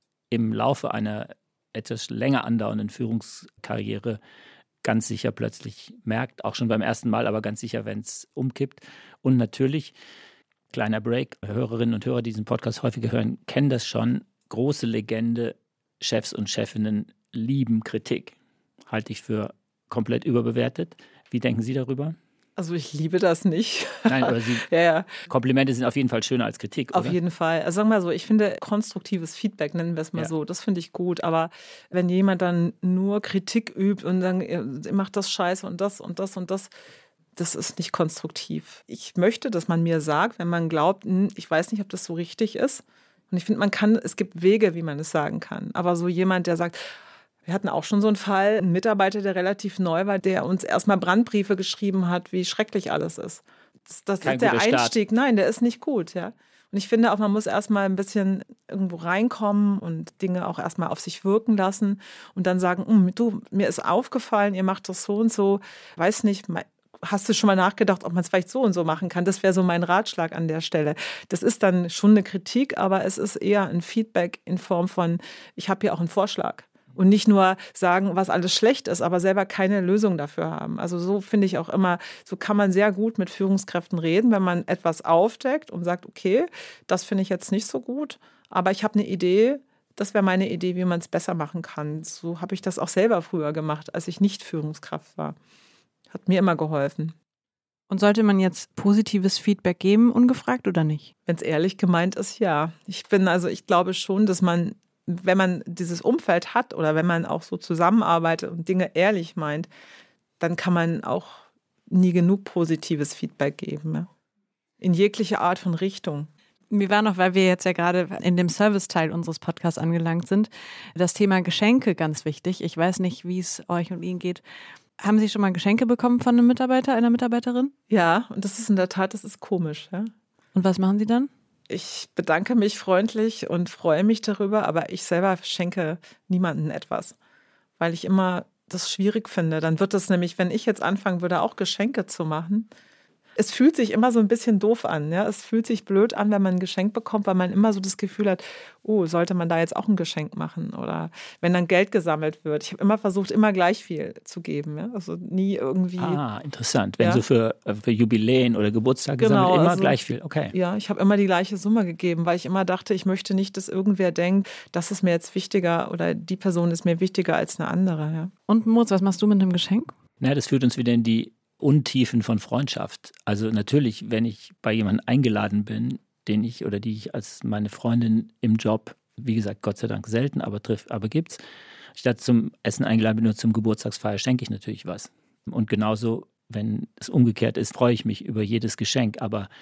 im Laufe einer etwas länger andauernden Führungskarriere ganz sicher plötzlich merkt, auch schon beim ersten Mal, aber ganz sicher, wenn es umkippt. Und natürlich, kleiner Break, Hörerinnen und Hörer, die diesen Podcast häufiger hören, kennen das schon, große Legende, Chefs und Chefinnen lieben Kritik. Halte ich für komplett überbewertet. Wie denken Sie darüber? Also ich liebe das nicht. Nein, aber Sie, ja, ja, Komplimente sind auf jeden Fall schöner als Kritik, auf oder? jeden Fall. Also sagen wir mal so, ich finde konstruktives Feedback, nennen wir es mal Ja. so, das finde ich gut. Aber wenn jemand dann nur Kritik übt und dann ihr macht das scheiße und das und das und das, das ist nicht konstruktiv. Ich möchte, dass man mir sagt, wenn man glaubt, hm, ich weiß nicht, ob das so richtig ist. Und ich finde, man kann, es gibt Wege, wie man es sagen kann. Aber so jemand, der sagt, wir hatten auch schon so einen Fall, ein Mitarbeiter, der relativ neu war, der uns erstmal Brandbriefe geschrieben hat, wie schrecklich alles ist. Das, das Kein ist der guter Start. Einstieg. Nein, der ist nicht gut, ja. Und ich finde auch, man muss erstmal ein bisschen irgendwo reinkommen und Dinge auch erstmal auf sich wirken lassen und dann sagen, "Hm, du, mir ist aufgefallen, ihr macht das so und so, weiß nicht, hast du schon mal nachgedacht, ob man es vielleicht so und so machen kann?" Das wäre so mein Ratschlag an der Stelle. Das ist dann schon eine Kritik, aber es ist eher ein Feedback in Form von, ich habe hier auch einen Vorschlag. Und nicht nur sagen, was alles schlecht ist, aber selber keine Lösung dafür haben. Also so finde ich auch immer, so kann man sehr gut mit Führungskräften reden, wenn man etwas aufdeckt und sagt, okay, das finde ich jetzt nicht so gut, aber ich habe eine Idee, das wäre meine Idee, wie man es besser machen kann. So habe ich das auch selber früher gemacht, als ich nicht Führungskraft war. Hat mir immer geholfen. Und sollte man jetzt positives Feedback geben, ungefragt oder nicht? Wenn es ehrlich gemeint ist, ja. Ich bin, also ich glaube schon, dass man, wenn man dieses Umfeld hat oder wenn man auch so zusammenarbeitet und Dinge ehrlich meint, dann kann man auch nie genug positives Feedback geben. Ja? In jegliche Art von Richtung. Mir war noch, weil wir jetzt ja gerade in dem Serviceteil unseres Podcasts angelangt sind, das Thema Geschenke ganz wichtig. Ich weiß nicht, wie es euch und Ihnen geht. Haben Sie schon mal Geschenke bekommen von einem Mitarbeiter, einer Mitarbeiterin? Ja, und das ist in der Tat, das ist komisch. Ja? Und was machen Sie dann? Ich bedanke mich freundlich und freue mich darüber, aber ich selber schenke niemandem etwas, weil ich immer das schwierig finde. Dann wird es nämlich, wenn ich jetzt anfangen würde, auch Geschenke zu machen, es fühlt sich immer so ein bisschen doof an. Ja? Es fühlt sich blöd an, wenn man ein Geschenk bekommt, weil man immer so das Gefühl hat, oh, sollte man da jetzt auch ein Geschenk machen? Oder wenn dann Geld gesammelt wird. Ich habe immer versucht, immer gleich viel zu geben. Ja? Also nie irgendwie. Ah, interessant. Wenn Ja. so für, für Jubiläen oder Geburtstage Genau, gesammelt, immer also- gleich viel. Okay. Ja, ich habe immer die gleiche Summe gegeben, weil ich immer dachte, ich möchte nicht, dass irgendwer denkt, das ist mir jetzt wichtiger oder die Person ist mir wichtiger als eine andere. Ja. Und Moritz, was machst du mit einem Geschenk? Na, das führt uns wieder in die Untiefen von Freundschaft. Also natürlich, wenn ich bei jemandem eingeladen bin, den ich oder die ich als meine Freundin im Job, wie gesagt, Gott sei Dank selten, aber trifft, aber gibt's. Statt zum Essen eingeladen bin, nur zum Geburtstagsfeier, schenke ich natürlich was. Und genauso, wenn es umgekehrt ist, freue ich mich über jedes Geschenk. Aber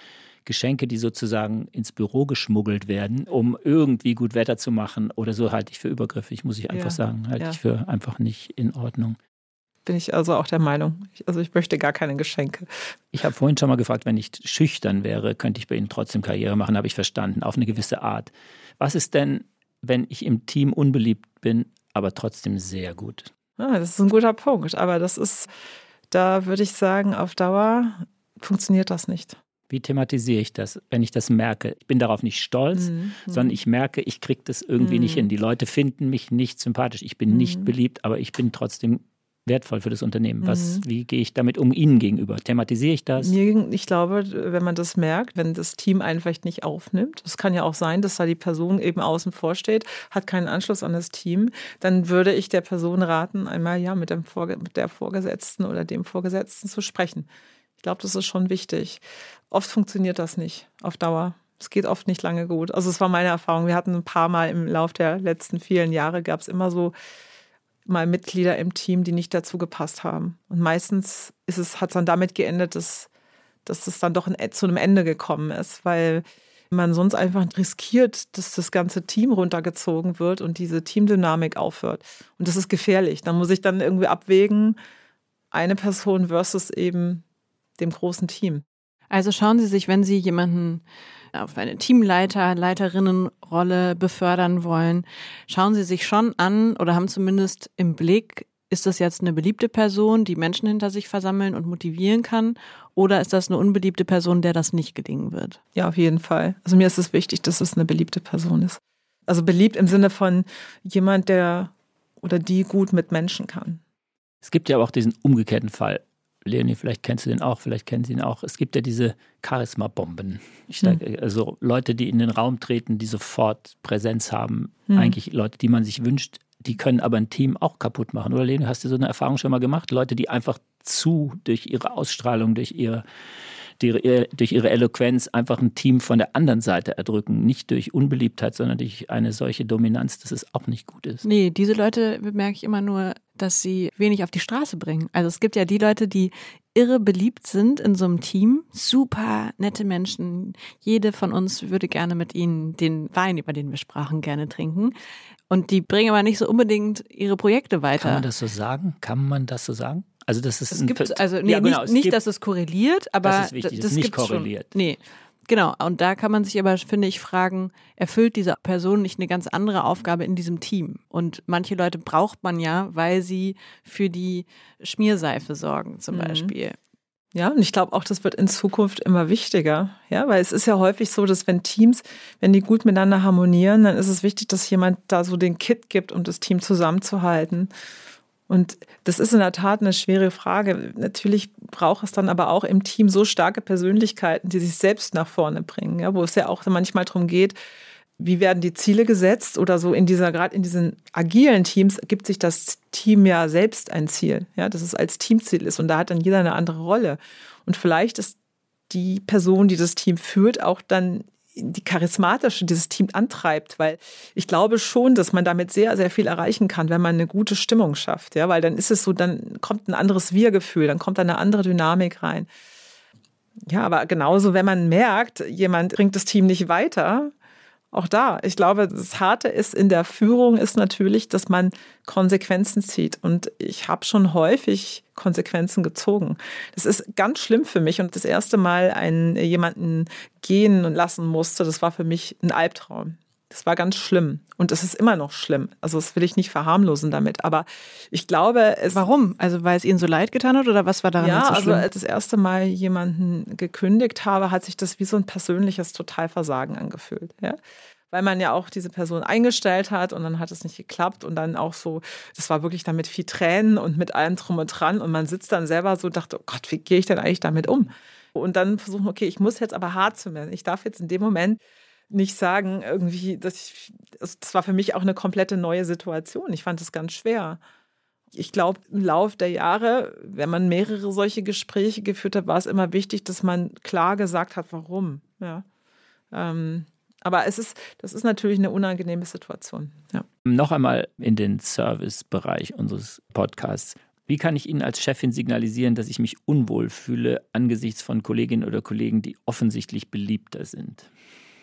Geschenke, die sozusagen ins Büro geschmuggelt werden, um irgendwie gut Wetter zu machen oder so, halte ich für übergriffig, muss ich einfach Ja, sagen. Halte ja. ich für einfach nicht in Ordnung. Bin ich also auch der Meinung. Ich, also ich möchte gar keine Geschenke. Ich habe vorhin schon mal gefragt, wenn ich schüchtern wäre, könnte ich bei Ihnen trotzdem Karriere machen, habe ich verstanden, auf eine gewisse Art. Was ist denn, wenn ich im Team unbeliebt bin, aber trotzdem sehr gut? Ah, das ist ein guter Punkt. Aber das ist, da würde ich sagen, auf Dauer funktioniert das nicht. Wie thematisiere ich das, wenn ich das merke? Ich bin darauf nicht stolz, Mhm. sondern ich merke, ich kriege das irgendwie Mhm. nicht hin. Die Leute finden mich nicht sympathisch. Ich bin Mhm. nicht beliebt, aber ich bin trotzdem wertvoll für das Unternehmen. Was, Mhm. wie gehe ich damit um Ihnen gegenüber? Thematisiere ich das? Mir, ich glaube, wenn man das merkt, wenn das Team einen vielleicht nicht aufnimmt, es kann ja auch sein, dass da die Person eben außen vor steht, hat keinen Anschluss an das Team, dann würde ich der Person raten, einmal ja mit, dem Vorge- mit der Vorgesetzten oder dem Vorgesetzten zu sprechen. Ich glaube, das ist schon wichtig. Oft funktioniert das nicht auf Dauer. Es geht oft nicht lange gut. Also es war meine Erfahrung. Wir hatten ein paar Mal im Lauf der letzten vielen Jahre, gab es immer so mal Mitglieder im Team, die nicht dazu gepasst haben. Und meistens ist es, hat es dann damit geendet, dass, dass es dann doch in, zu einem Ende gekommen ist, weil man sonst einfach riskiert, dass das ganze Team runtergezogen wird und diese Teamdynamik aufhört. Und das ist gefährlich. Da muss ich dann irgendwie abwägen, eine Person versus eben dem großen Team. Also schauen Sie sich, wenn Sie jemanden auf eine Teamleiter-, Leiterinnenrolle befördern wollen, schauen Sie sich schon an oder haben zumindest im Blick, ist das jetzt eine beliebte Person, die Menschen hinter sich versammeln und motivieren kann, oder ist das eine unbeliebte Person, der das nicht gelingen wird? Ja, auf jeden Fall. Also mir ist es wichtig, dass es eine beliebte Person ist. Also beliebt im Sinne von jemand, der oder die gut mit Menschen kann. Es gibt ja aber auch diesen umgekehrten Fall. Leonie, vielleicht kennst du den auch, vielleicht kennen Sie ihn auch. Es gibt ja diese Charisma-Bomben. Ich sage, hm. also Leute, die in den Raum treten, die sofort Präsenz haben. Hm. Eigentlich Leute, die man sich wünscht, die können aber ein Team auch kaputt machen. Oder Leonie, hast du so eine Erfahrung schon mal gemacht? Leute, die einfach zu durch ihre Ausstrahlung, durch ihre, die, durch ihre Eloquenz einfach ein Team von der anderen Seite erdrücken. Nicht durch Unbeliebtheit, sondern durch eine solche Dominanz, dass es auch nicht gut ist. Nee, diese Leute bemerke ich immer nur, dass sie wenig auf die Straße bringen. Also es gibt ja die Leute, die irre beliebt sind in so einem Team. Super nette Menschen. Jede von uns würde gerne mit ihnen den Wein, über den wir sprachen, gerne trinken. Und die bringen aber nicht so unbedingt ihre Projekte weiter. Kann man das so sagen? Kann man das so sagen? Also das ist es ein gibt, also nee, ja, genau, nicht, es nicht gibt, dass es korreliert, aber das ist wichtig, das es ist nicht gibt's korreliert. Schon. Nee, genau. Und da kann man sich aber, finde ich, fragen, erfüllt diese Person nicht eine ganz andere Aufgabe in diesem Team? Und manche Leute braucht man ja, weil sie für die Schmierseife sorgen zum mhm. Beispiel. Ja, und ich glaube auch, das wird in Zukunft immer wichtiger. Ja, weil es ist ja häufig so, dass wenn Teams, wenn die gut miteinander harmonieren, dann ist es wichtig, dass jemand da so den Kitt gibt, um das Team zusammenzuhalten. Und das ist in der Tat eine schwere Frage. Natürlich braucht es dann aber auch im Team so starke Persönlichkeiten, die sich selbst nach vorne bringen, ja, wo es ja auch manchmal darum geht, wie werden die Ziele gesetzt oder so in dieser, gerade in diesen agilen Teams gibt sich das Team ja selbst ein Ziel, ja, dass es als Teamziel ist und da hat dann jeder eine andere Rolle. Und vielleicht ist die Person, die das Team führt, auch dann die charismatische, dieses Team antreibt, weil ich glaube schon, dass man damit sehr, sehr viel erreichen kann, wenn man eine gute Stimmung schafft, ja, weil dann ist es so, dann kommt ein anderes Wir-Gefühl, dann kommt eine andere Dynamik rein. Ja, aber genauso, wenn man merkt, jemand bringt das Team nicht weiter, auch da, ich glaube, das Harte ist in der Führung ist natürlich, dass man Konsequenzen zieht. Und ich habe schon häufig Konsequenzen gezogen. Das ist ganz schlimm für mich. Und das erste Mal einen, jemanden gehen lassen musste, das war für mich ein Albtraum. Das war ganz schlimm. Und es ist immer noch schlimm. Also das will ich nicht verharmlosen damit. Aber ich glaube, es... Warum? Also weil es Ihnen so leid getan hat oder was war daran ja, so schlimm? Ja, also als ich das erste Mal jemanden gekündigt habe, hat sich das wie so ein persönliches Totalversagen angefühlt. Ja? Weil man ja auch diese Person eingestellt hat und dann hat es nicht geklappt und dann auch so, das war wirklich dann mit viel Tränen und mit allem drum und dran und man sitzt dann selber so und dachte, oh Gott, wie gehe ich denn eigentlich damit um? Und dann versuchen, okay, ich muss jetzt aber hart zu werden. Ich darf jetzt in dem Moment nicht sagen, irgendwie, dass ich, das war für mich auch eine komplette neue Situation. Ich fand es ganz schwer. Ich glaube, im Lauf der Jahre, wenn man mehrere solche Gespräche geführt hat, war es immer wichtig, dass man klar gesagt hat, warum. Ja. Ähm, aber es ist, das ist natürlich eine unangenehme Situation. Ja. Noch einmal in den Servicebereich unseres Podcasts. Wie kann ich Ihnen als Chefin signalisieren, dass ich mich unwohl fühle angesichts von Kolleginnen oder Kollegen, die offensichtlich beliebter sind?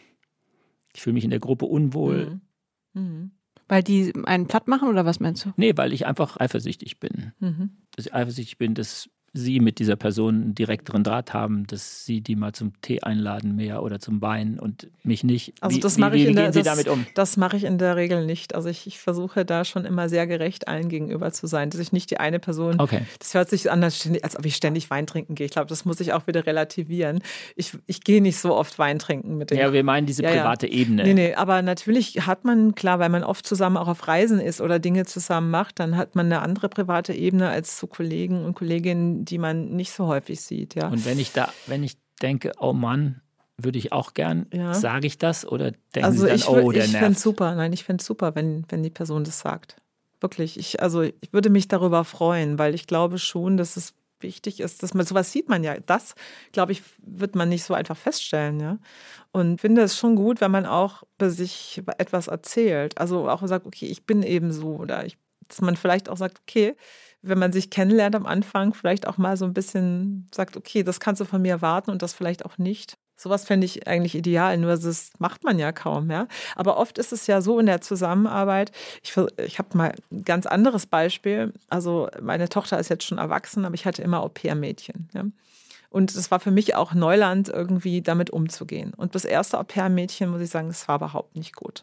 Ich fühle mich in der Gruppe unwohl. Mhm. Mhm. Weil die einen platt machen oder was meinst du? Nee, weil ich einfach eifersüchtig bin. Mhm. Dass ich eifersüchtig bin, dass Sie mit dieser Person einen direkteren Draht haben, dass Sie die mal zum Tee einladen mehr oder zum Wein und mich nicht. Also wie, das wie, mache wie, ich in wie der, gehen Sie das, damit um? Das mache ich in der Regel nicht. Also ich, ich versuche da schon immer sehr gerecht allen gegenüber zu sein, dass ich nicht die eine Person, okay. Das hört sich an, als ob ich ständig Wein trinken gehe. Ich glaube, das muss ich auch wieder relativieren. Ich, ich gehe nicht so oft Wein trinken mit den. Ja, wir meinen diese ja, private ja. Ebene. Nee, nee, aber natürlich hat man, klar, weil man oft zusammen auch auf Reisen ist oder Dinge zusammen macht, dann hat man eine andere private Ebene als zu Kollegen und Kolleginnen, die man nicht so häufig sieht, ja. Und wenn ich da, wenn ich denke, oh Mann, würde ich auch gern, ja. sage ich das oder denken also Sie dann, ich, oh, der ich nervt? Ich fände es super, nein, ich fände es super, wenn, wenn die Person das sagt. Wirklich, ich, also ich würde mich darüber freuen, weil ich glaube schon, dass es wichtig ist, dass man, sowas sieht man ja, das, glaube ich, wird man nicht so einfach feststellen, ja. Und finde es schon gut, wenn man auch bei sich etwas erzählt, also auch sagt, okay, ich bin eben so oder ich, dass man vielleicht auch sagt, okay, wenn man sich kennenlernt am Anfang, vielleicht auch mal so ein bisschen sagt, okay, das kannst du von mir erwarten und das vielleicht auch nicht. Sowas fände ich eigentlich ideal, nur das macht man ja kaum. Ja? Aber oft ist es ja so in der Zusammenarbeit, ich, ich habe mal ein ganz anderes Beispiel, also meine Tochter ist jetzt schon erwachsen, aber ich hatte immer Au-pair-Mädchen. Ja? Und es war für mich auch Neuland, irgendwie damit umzugehen. Und das erste Au-pair-Mädchen, muss ich sagen, das war überhaupt nicht gut.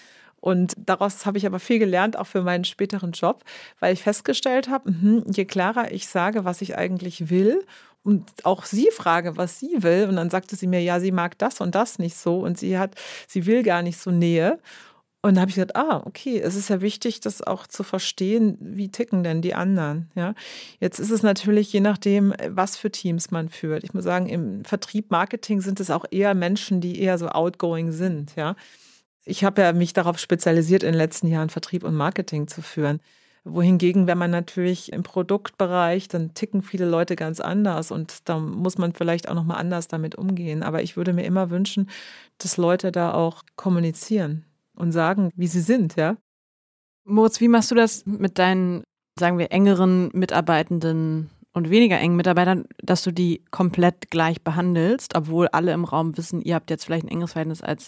Und daraus habe ich aber viel gelernt, auch für meinen späteren Job, weil ich festgestellt habe, je klarer ich sage, was ich eigentlich will und auch sie frage, was sie will, und dann sagte sie mir, ja, sie mag das und das nicht so und sie hat, sie will gar nicht so Nähe. Und dann habe ich gesagt, ah, okay, es ist ja wichtig, das auch zu verstehen, wie ticken denn die anderen. Ja? Jetzt ist es natürlich je nachdem, was für Teams man führt. Ich muss sagen, im Vertrieb, Marketing sind es auch eher Menschen, die eher so outgoing sind, ja. Ich habe ja mich darauf spezialisiert, in den letzten Jahren Vertrieb und Marketing zu führen. Wohingegen, wenn man natürlich im Produktbereich, dann ticken viele Leute ganz anders und da muss man vielleicht auch nochmal anders damit umgehen. Aber ich würde mir immer wünschen, dass Leute da auch kommunizieren und sagen, wie sie sind, ja. Moritz, wie machst du das mit deinen, sagen wir, engeren Mitarbeitenden und weniger engen Mitarbeitern, dass du die komplett gleich behandelst, obwohl alle im Raum wissen, ihr habt jetzt vielleicht ein engeres Verhältnis als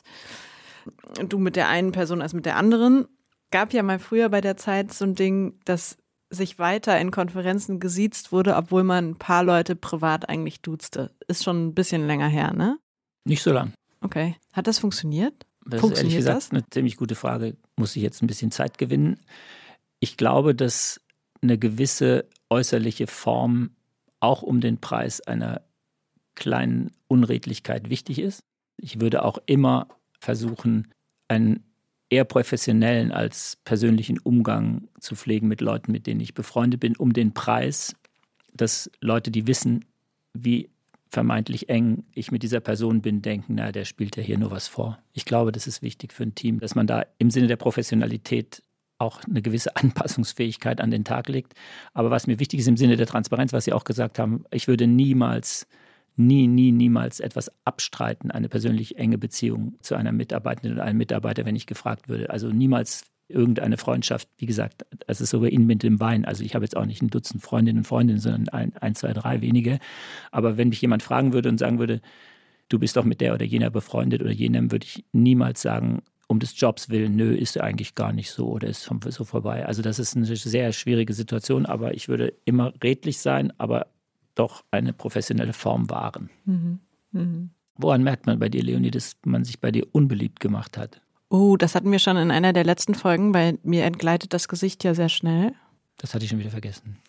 du mit der einen Person als mit der anderen. Gab ja mal früher bei der Zeit so ein Ding, dass sich weiter in Konferenzen gesiezt wurde, obwohl man ein paar Leute privat eigentlich duzte. Ist schon ein bisschen länger her, ne? Nicht so lang. Okay. Hat das funktioniert? Das funktioniert ist ehrlich gesagt das? eine ziemlich gute Frage. Muss ich jetzt ein bisschen Zeit gewinnen? Ich glaube, dass eine gewisse äußerliche Form auch um den Preis einer kleinen Unredlichkeit wichtig ist. Ich würde auch immer versuchen, einen eher professionellen als persönlichen Umgang zu pflegen mit Leuten, mit denen ich befreundet bin, um den Preis, dass Leute, die wissen, wie vermeintlich eng ich mit dieser Person bin, denken, na, der spielt ja hier nur was vor. Ich glaube, das ist wichtig für ein Team, dass man da im Sinne der Professionalität auch eine gewisse Anpassungsfähigkeit an den Tag legt. Aber was mir wichtig ist im Sinne der Transparenz, was Sie auch gesagt haben, ich würde niemals nie, nie, niemals etwas abstreiten, eine persönlich enge Beziehung zu einer Mitarbeitenden oder einem Mitarbeiter, wenn ich gefragt würde. Also niemals irgendeine Freundschaft, wie gesagt, es ist so bei Ihnen mit dem Wein. Also ich habe jetzt auch nicht ein Dutzend Freundinnen und Freundinnen, sondern ein, ein, zwei, drei wenige. Aber wenn mich jemand fragen würde und sagen würde, du bist doch mit der oder jener befreundet oder jenem, würde ich niemals sagen, um des Jobs willen, nö, ist er eigentlich gar nicht so oder ist so vorbei. Also das ist eine sehr schwierige Situation, aber ich würde immer redlich sein, aber doch eine professionelle Form wahren. Mhm. Mhm. Woran merkt man bei dir, Leonie, dass man sich bei dir unbeliebt gemacht hat? Oh, das hatten wir schon in einer der letzten Folgen. Bei mir entgleitet das Gesicht ja sehr schnell. Das hatte ich schon wieder vergessen.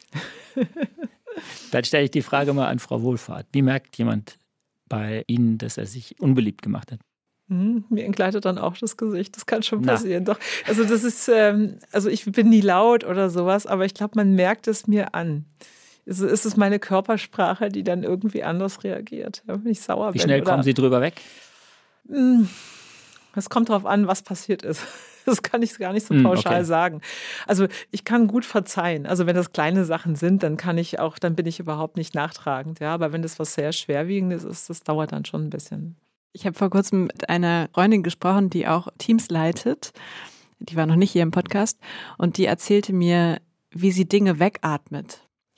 Dann stelle ich die Frage mal an Frau Wohlfahrt. Wie merkt jemand bei Ihnen, dass er sich unbeliebt gemacht hat? Hm, mir entgleitet dann auch das Gesicht. Das kann schon passieren. Doch. Also das ist, ähm, also ich bin nie laut oder sowas, aber ich glaube, man merkt es mir an. Ist es meine Körpersprache, die dann irgendwie anders reagiert, wenn ich sauer bin? Wie schnell oder? Kommen Sie drüber weg? Es kommt darauf an, was passiert ist. Das kann ich gar nicht so pauschal okay. sagen. Also ich kann gut verzeihen. Also wenn das kleine Sachen sind, dann kann ich auch, dann bin ich überhaupt nicht nachtragend. Ja, aber wenn das was sehr Schwerwiegendes ist, das dauert dann schon ein bisschen. Ich habe vor kurzem mit einer Freundin gesprochen, die auch Teams leitet. Die war noch nicht hier im Podcast und die erzählte mir, wie sie Dinge wegatmet.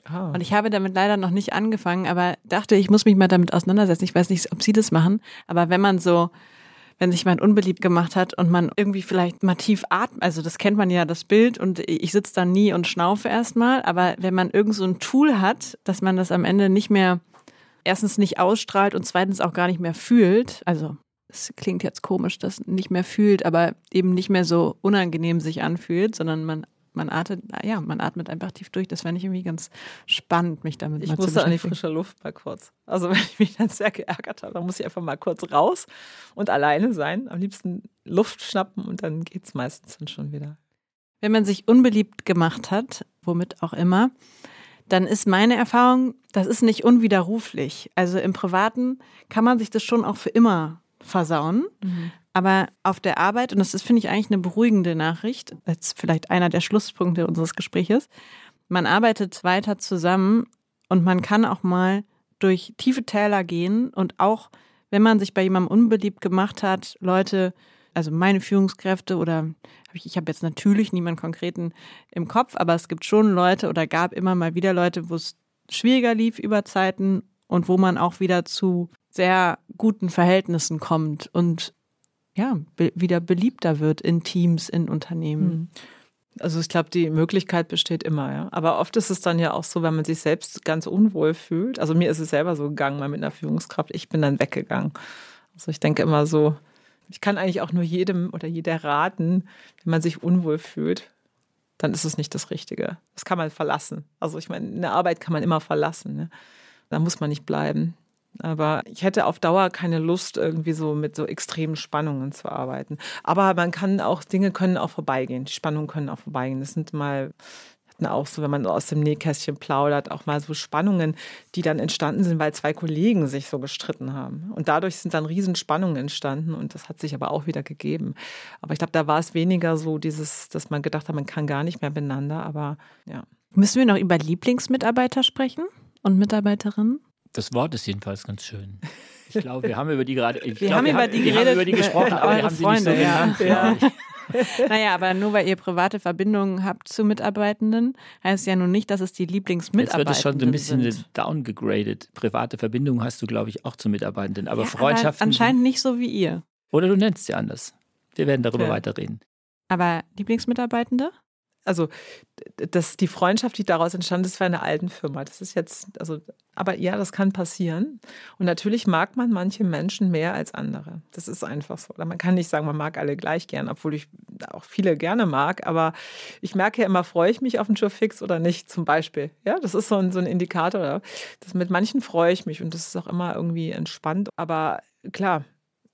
Oh. Und ich habe damit leider noch nicht angefangen, aber dachte, ich muss mich mal damit auseinandersetzen. Ich weiß nicht, ob Sie das machen, aber wenn man so, wenn sich jemand unbeliebt gemacht hat und man irgendwie vielleicht mal tief atmet, also das kennt man ja, das Bild, und ich sitze da nie und schnaufe erstmal, aber wenn man irgend so ein Tool hat, dass man das am Ende nicht mehr, erstens nicht ausstrahlt und zweitens auch gar nicht mehr fühlt, also es klingt jetzt komisch, das nicht mehr fühlt, aber eben nicht mehr so unangenehm sich anfühlt, sondern man Man atmet, ja, man atmet einfach tief durch. Das fände ich irgendwie ganz spannend, mich damit ich mal zu musste beschäftigen. an die frische Luft mal kurz. Also wenn ich mich dann sehr geärgert habe, dann muss ich einfach mal kurz raus und alleine sein. Am liebsten Luft schnappen und dann geht es meistens dann schon wieder. Wenn man sich unbeliebt gemacht hat, womit auch immer, dann ist meine Erfahrung, das ist nicht unwiderruflich. Also im Privaten kann man sich das schon auch für immer versauen. Mhm. Aber auf der Arbeit, und das ist, finde ich, eigentlich eine beruhigende Nachricht, als vielleicht einer der Schlusspunkte unseres Gespräches, man arbeitet weiter zusammen und man kann auch mal durch tiefe Täler gehen und auch, wenn man sich bei jemandem unbeliebt gemacht hat, Leute, also meine Führungskräfte oder ich, ich habe jetzt natürlich niemanden konkreten im Kopf, aber es gibt schon Leute oder gab immer mal wieder Leute, wo es schwieriger lief über Zeiten und wo man auch wieder zu sehr guten Verhältnissen kommt und ja, be- wieder beliebter wird in Teams, in Unternehmen. Also ich glaube, die Möglichkeit besteht immer, ja. Aber oft ist es dann ja auch so, wenn man sich selbst ganz unwohl fühlt. Also mir ist es selber so gegangen, mal mit einer Führungskraft. Ich bin dann weggegangen. Also ich denke immer so, ich kann eigentlich auch nur jedem oder jeder raten, wenn man sich unwohl fühlt, dann ist es nicht das Richtige. Das kann man verlassen. Also ich meine, eine Arbeit kann man immer verlassen. Ne? Da muss man nicht bleiben. Aber ich hätte auf Dauer keine Lust, irgendwie so mit so extremen Spannungen zu arbeiten. Aber man kann auch, Dinge können auch vorbeigehen. Die Spannungen können auch vorbeigehen. Das sind mal, hatten auch so, wenn man aus dem Nähkästchen plaudert, auch mal so Spannungen, die dann entstanden sind, weil zwei Kollegen sich so gestritten haben. Und dadurch sind dann Riesenspannungen entstanden und das hat sich aber auch wieder gegeben. Aber ich glaube, da war es weniger so dieses, dass man gedacht hat, man kann gar nicht mehr miteinander, aber ja. Müssen wir noch über Lieblingsmitarbeiter sprechen und Mitarbeiterinnen? Das Wort ist jedenfalls ganz schön. Ich glaube, wir haben über die gerade. Wir glaub, haben wir über haben, die wir geredet. haben über die gesprochen, aber wir haben sie Freunde, nicht so ja. genannt. Ja. Ja. Naja, aber nur weil ihr private Verbindungen habt zu Mitarbeitenden, heißt ja nun nicht, dass es die Lieblingsmitarbeitenden Jetzt wird es schon ein bisschen sind. downgegradet. Private Verbindungen hast du, glaube ich, auch zu Mitarbeitenden. Aber Ja, Freundschaften. aber anscheinend nicht so wie ihr. Oder du nennst sie anders. Wir werden darüber Ja. weiterreden. Aber Lieblingsmitarbeitende? Also das, die Freundschaft, die daraus entstanden ist, war in einer alten Firma. Das ist jetzt, also, aber ja, das kann passieren. Und natürlich mag man manche Menschen mehr als andere. Das ist einfach so. Oder man kann nicht sagen, man mag alle gleich gern, obwohl ich auch viele gerne mag. Aber ich merke ja immer, freue ich mich auf einen Joe Fix oder nicht, zum Beispiel. Ja, das ist so ein, so ein Indikator. Das, mit manchen freue ich mich und das ist auch immer irgendwie entspannt. Aber klar,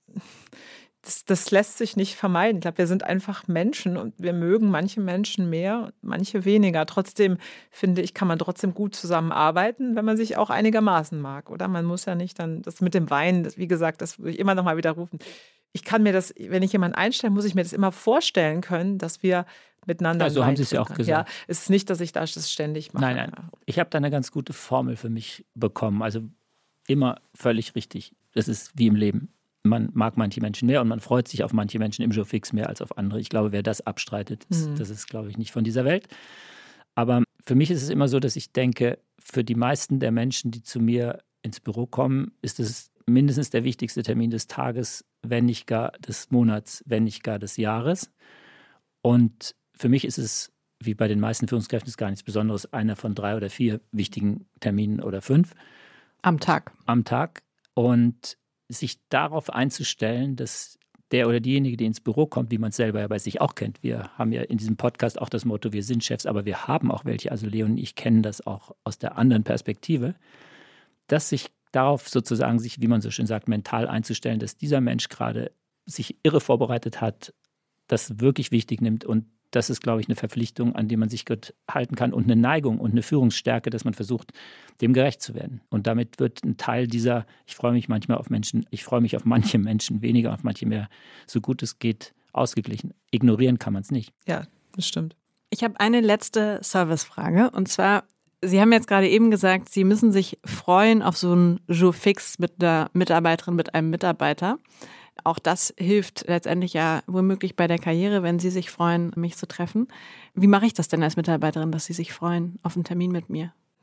Das, das lässt sich nicht vermeiden. Ich glaube, wir sind einfach Menschen und wir mögen manche Menschen mehr, manche weniger. Trotzdem, finde ich, kann man trotzdem gut zusammenarbeiten, wenn man sich auch einigermaßen mag. Oder man muss ja nicht dann, das mit dem Wein, das, wie gesagt, das würde ich immer noch mal widerrufen. Ich kann mir das, wenn ich jemanden einstelle, muss ich mir das immer vorstellen können, dass wir miteinander. Ja, so haben Sie es ja auch gesagt. Ja, es ist nicht, dass ich das ständig mache. Nein, nein. Ich habe da eine ganz gute Formel für mich bekommen. Also immer völlig richtig. Das ist wie im Leben. Man mag manche Menschen mehr und man freut sich auf manche Menschen im Joe Fix mehr als auf andere. Ich glaube, wer das abstreitet, das, das ist, glaube ich, nicht von dieser Welt. Aber für mich ist es immer so, dass ich denke, für die meisten der Menschen, die zu mir ins Büro kommen, ist es mindestens der wichtigste Termin des Tages, wenn nicht gar des Monats, wenn nicht gar des Jahres. Und für mich ist es, wie bei den meisten Führungskräften, ist gar nichts Besonderes, einer von drei oder vier wichtigen Terminen oder fünf. Am Tag. Am Tag. Und sich darauf einzustellen, dass der oder diejenige, die ins Büro kommt, wie man es selber ja bei sich auch kennt. Wir haben ja in diesem Podcast auch das Motto, wir sind Chefs, aber wir haben auch welche. Also Leon und ich kennen das auch aus der anderen Perspektive, dass sich darauf sozusagen, sich, wie man so schön sagt, mental einzustellen, dass dieser Mensch gerade sich irre vorbereitet hat, das wirklich wichtig nimmt und das ist, glaube ich, eine Verpflichtung, an die man sich gut halten kann und eine Neigung und eine Führungsstärke, dass man versucht, dem gerecht zu werden. Und damit wird ein Teil dieser, ich freue mich manchmal auf Menschen, ich freue mich auf manche Menschen weniger, auf manche mehr, so gut es geht, ausgeglichen. Ignorieren kann man es nicht. Ja, das stimmt. Ich habe eine letzte Servicefrage und zwar, Sie haben jetzt gerade eben gesagt, Sie müssen sich freuen auf so einen Joe Fix mit einer Mitarbeiterin, mit einem Mitarbeiter. Auch das hilft letztendlich ja womöglich bei der Karriere, wenn Sie sich freuen, mich zu treffen. Wie mache ich das denn als Mitarbeiterin, dass Sie sich freuen auf einen Termin mit mir?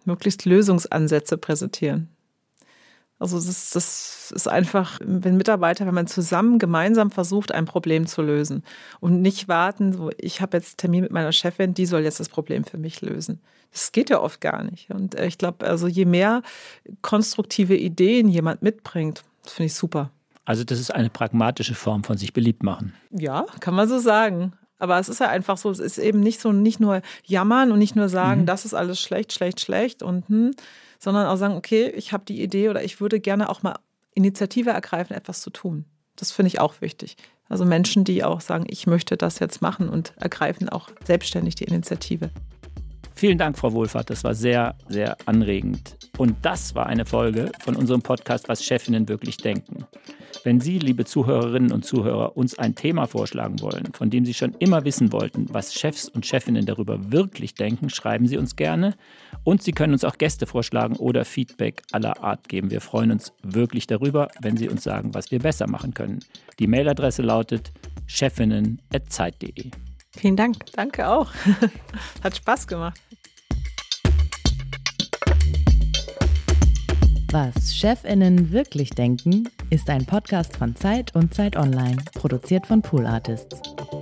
möglichst Lösungsansätze präsentieren. Also das, das ist einfach, wenn Mitarbeiter, wenn man zusammen gemeinsam versucht, ein Problem zu lösen und nicht warten, so ich habe jetzt Termin mit meiner Chefin, die soll jetzt das Problem für mich lösen. Das geht ja oft gar nicht. Und ich glaube, also je mehr konstruktive Ideen jemand mitbringt, das finde ich super. Also das ist eine pragmatische Form von sich beliebt machen. Ja, kann man so sagen. Aber es ist ja einfach so, es ist eben nicht so, nicht nur jammern und nicht nur sagen, mhm. das ist alles schlecht, schlecht, schlecht und hm, sondern auch sagen, okay, ich habe die Idee oder ich würde gerne auch mal Initiative ergreifen, etwas zu tun. Das finde ich auch wichtig. Also Menschen, die auch sagen, ich möchte das jetzt machen und ergreifen auch selbstständig die Initiative. Vielen Dank, Frau Wohlfahrt. Das war sehr, sehr anregend. Und das war eine Folge von unserem Podcast, was Chefinnen wirklich denken. Wenn Sie, liebe Zuhörerinnen und Zuhörer, uns ein Thema vorschlagen wollen, von dem Sie schon immer wissen wollten, was Chefs und Chefinnen darüber wirklich denken, schreiben Sie uns gerne. Und Sie können uns auch Gäste vorschlagen oder Feedback aller Art geben. Wir freuen uns wirklich darüber, wenn Sie uns sagen, was wir besser machen können. Die Mailadresse lautet chefinnen at zeit punkt de. Vielen Dank. Danke auch. Hat Spaß gemacht. Was ChefInnen wirklich denken, ist ein Podcast von Zeit und Zeit Online, produziert von Pool Artists.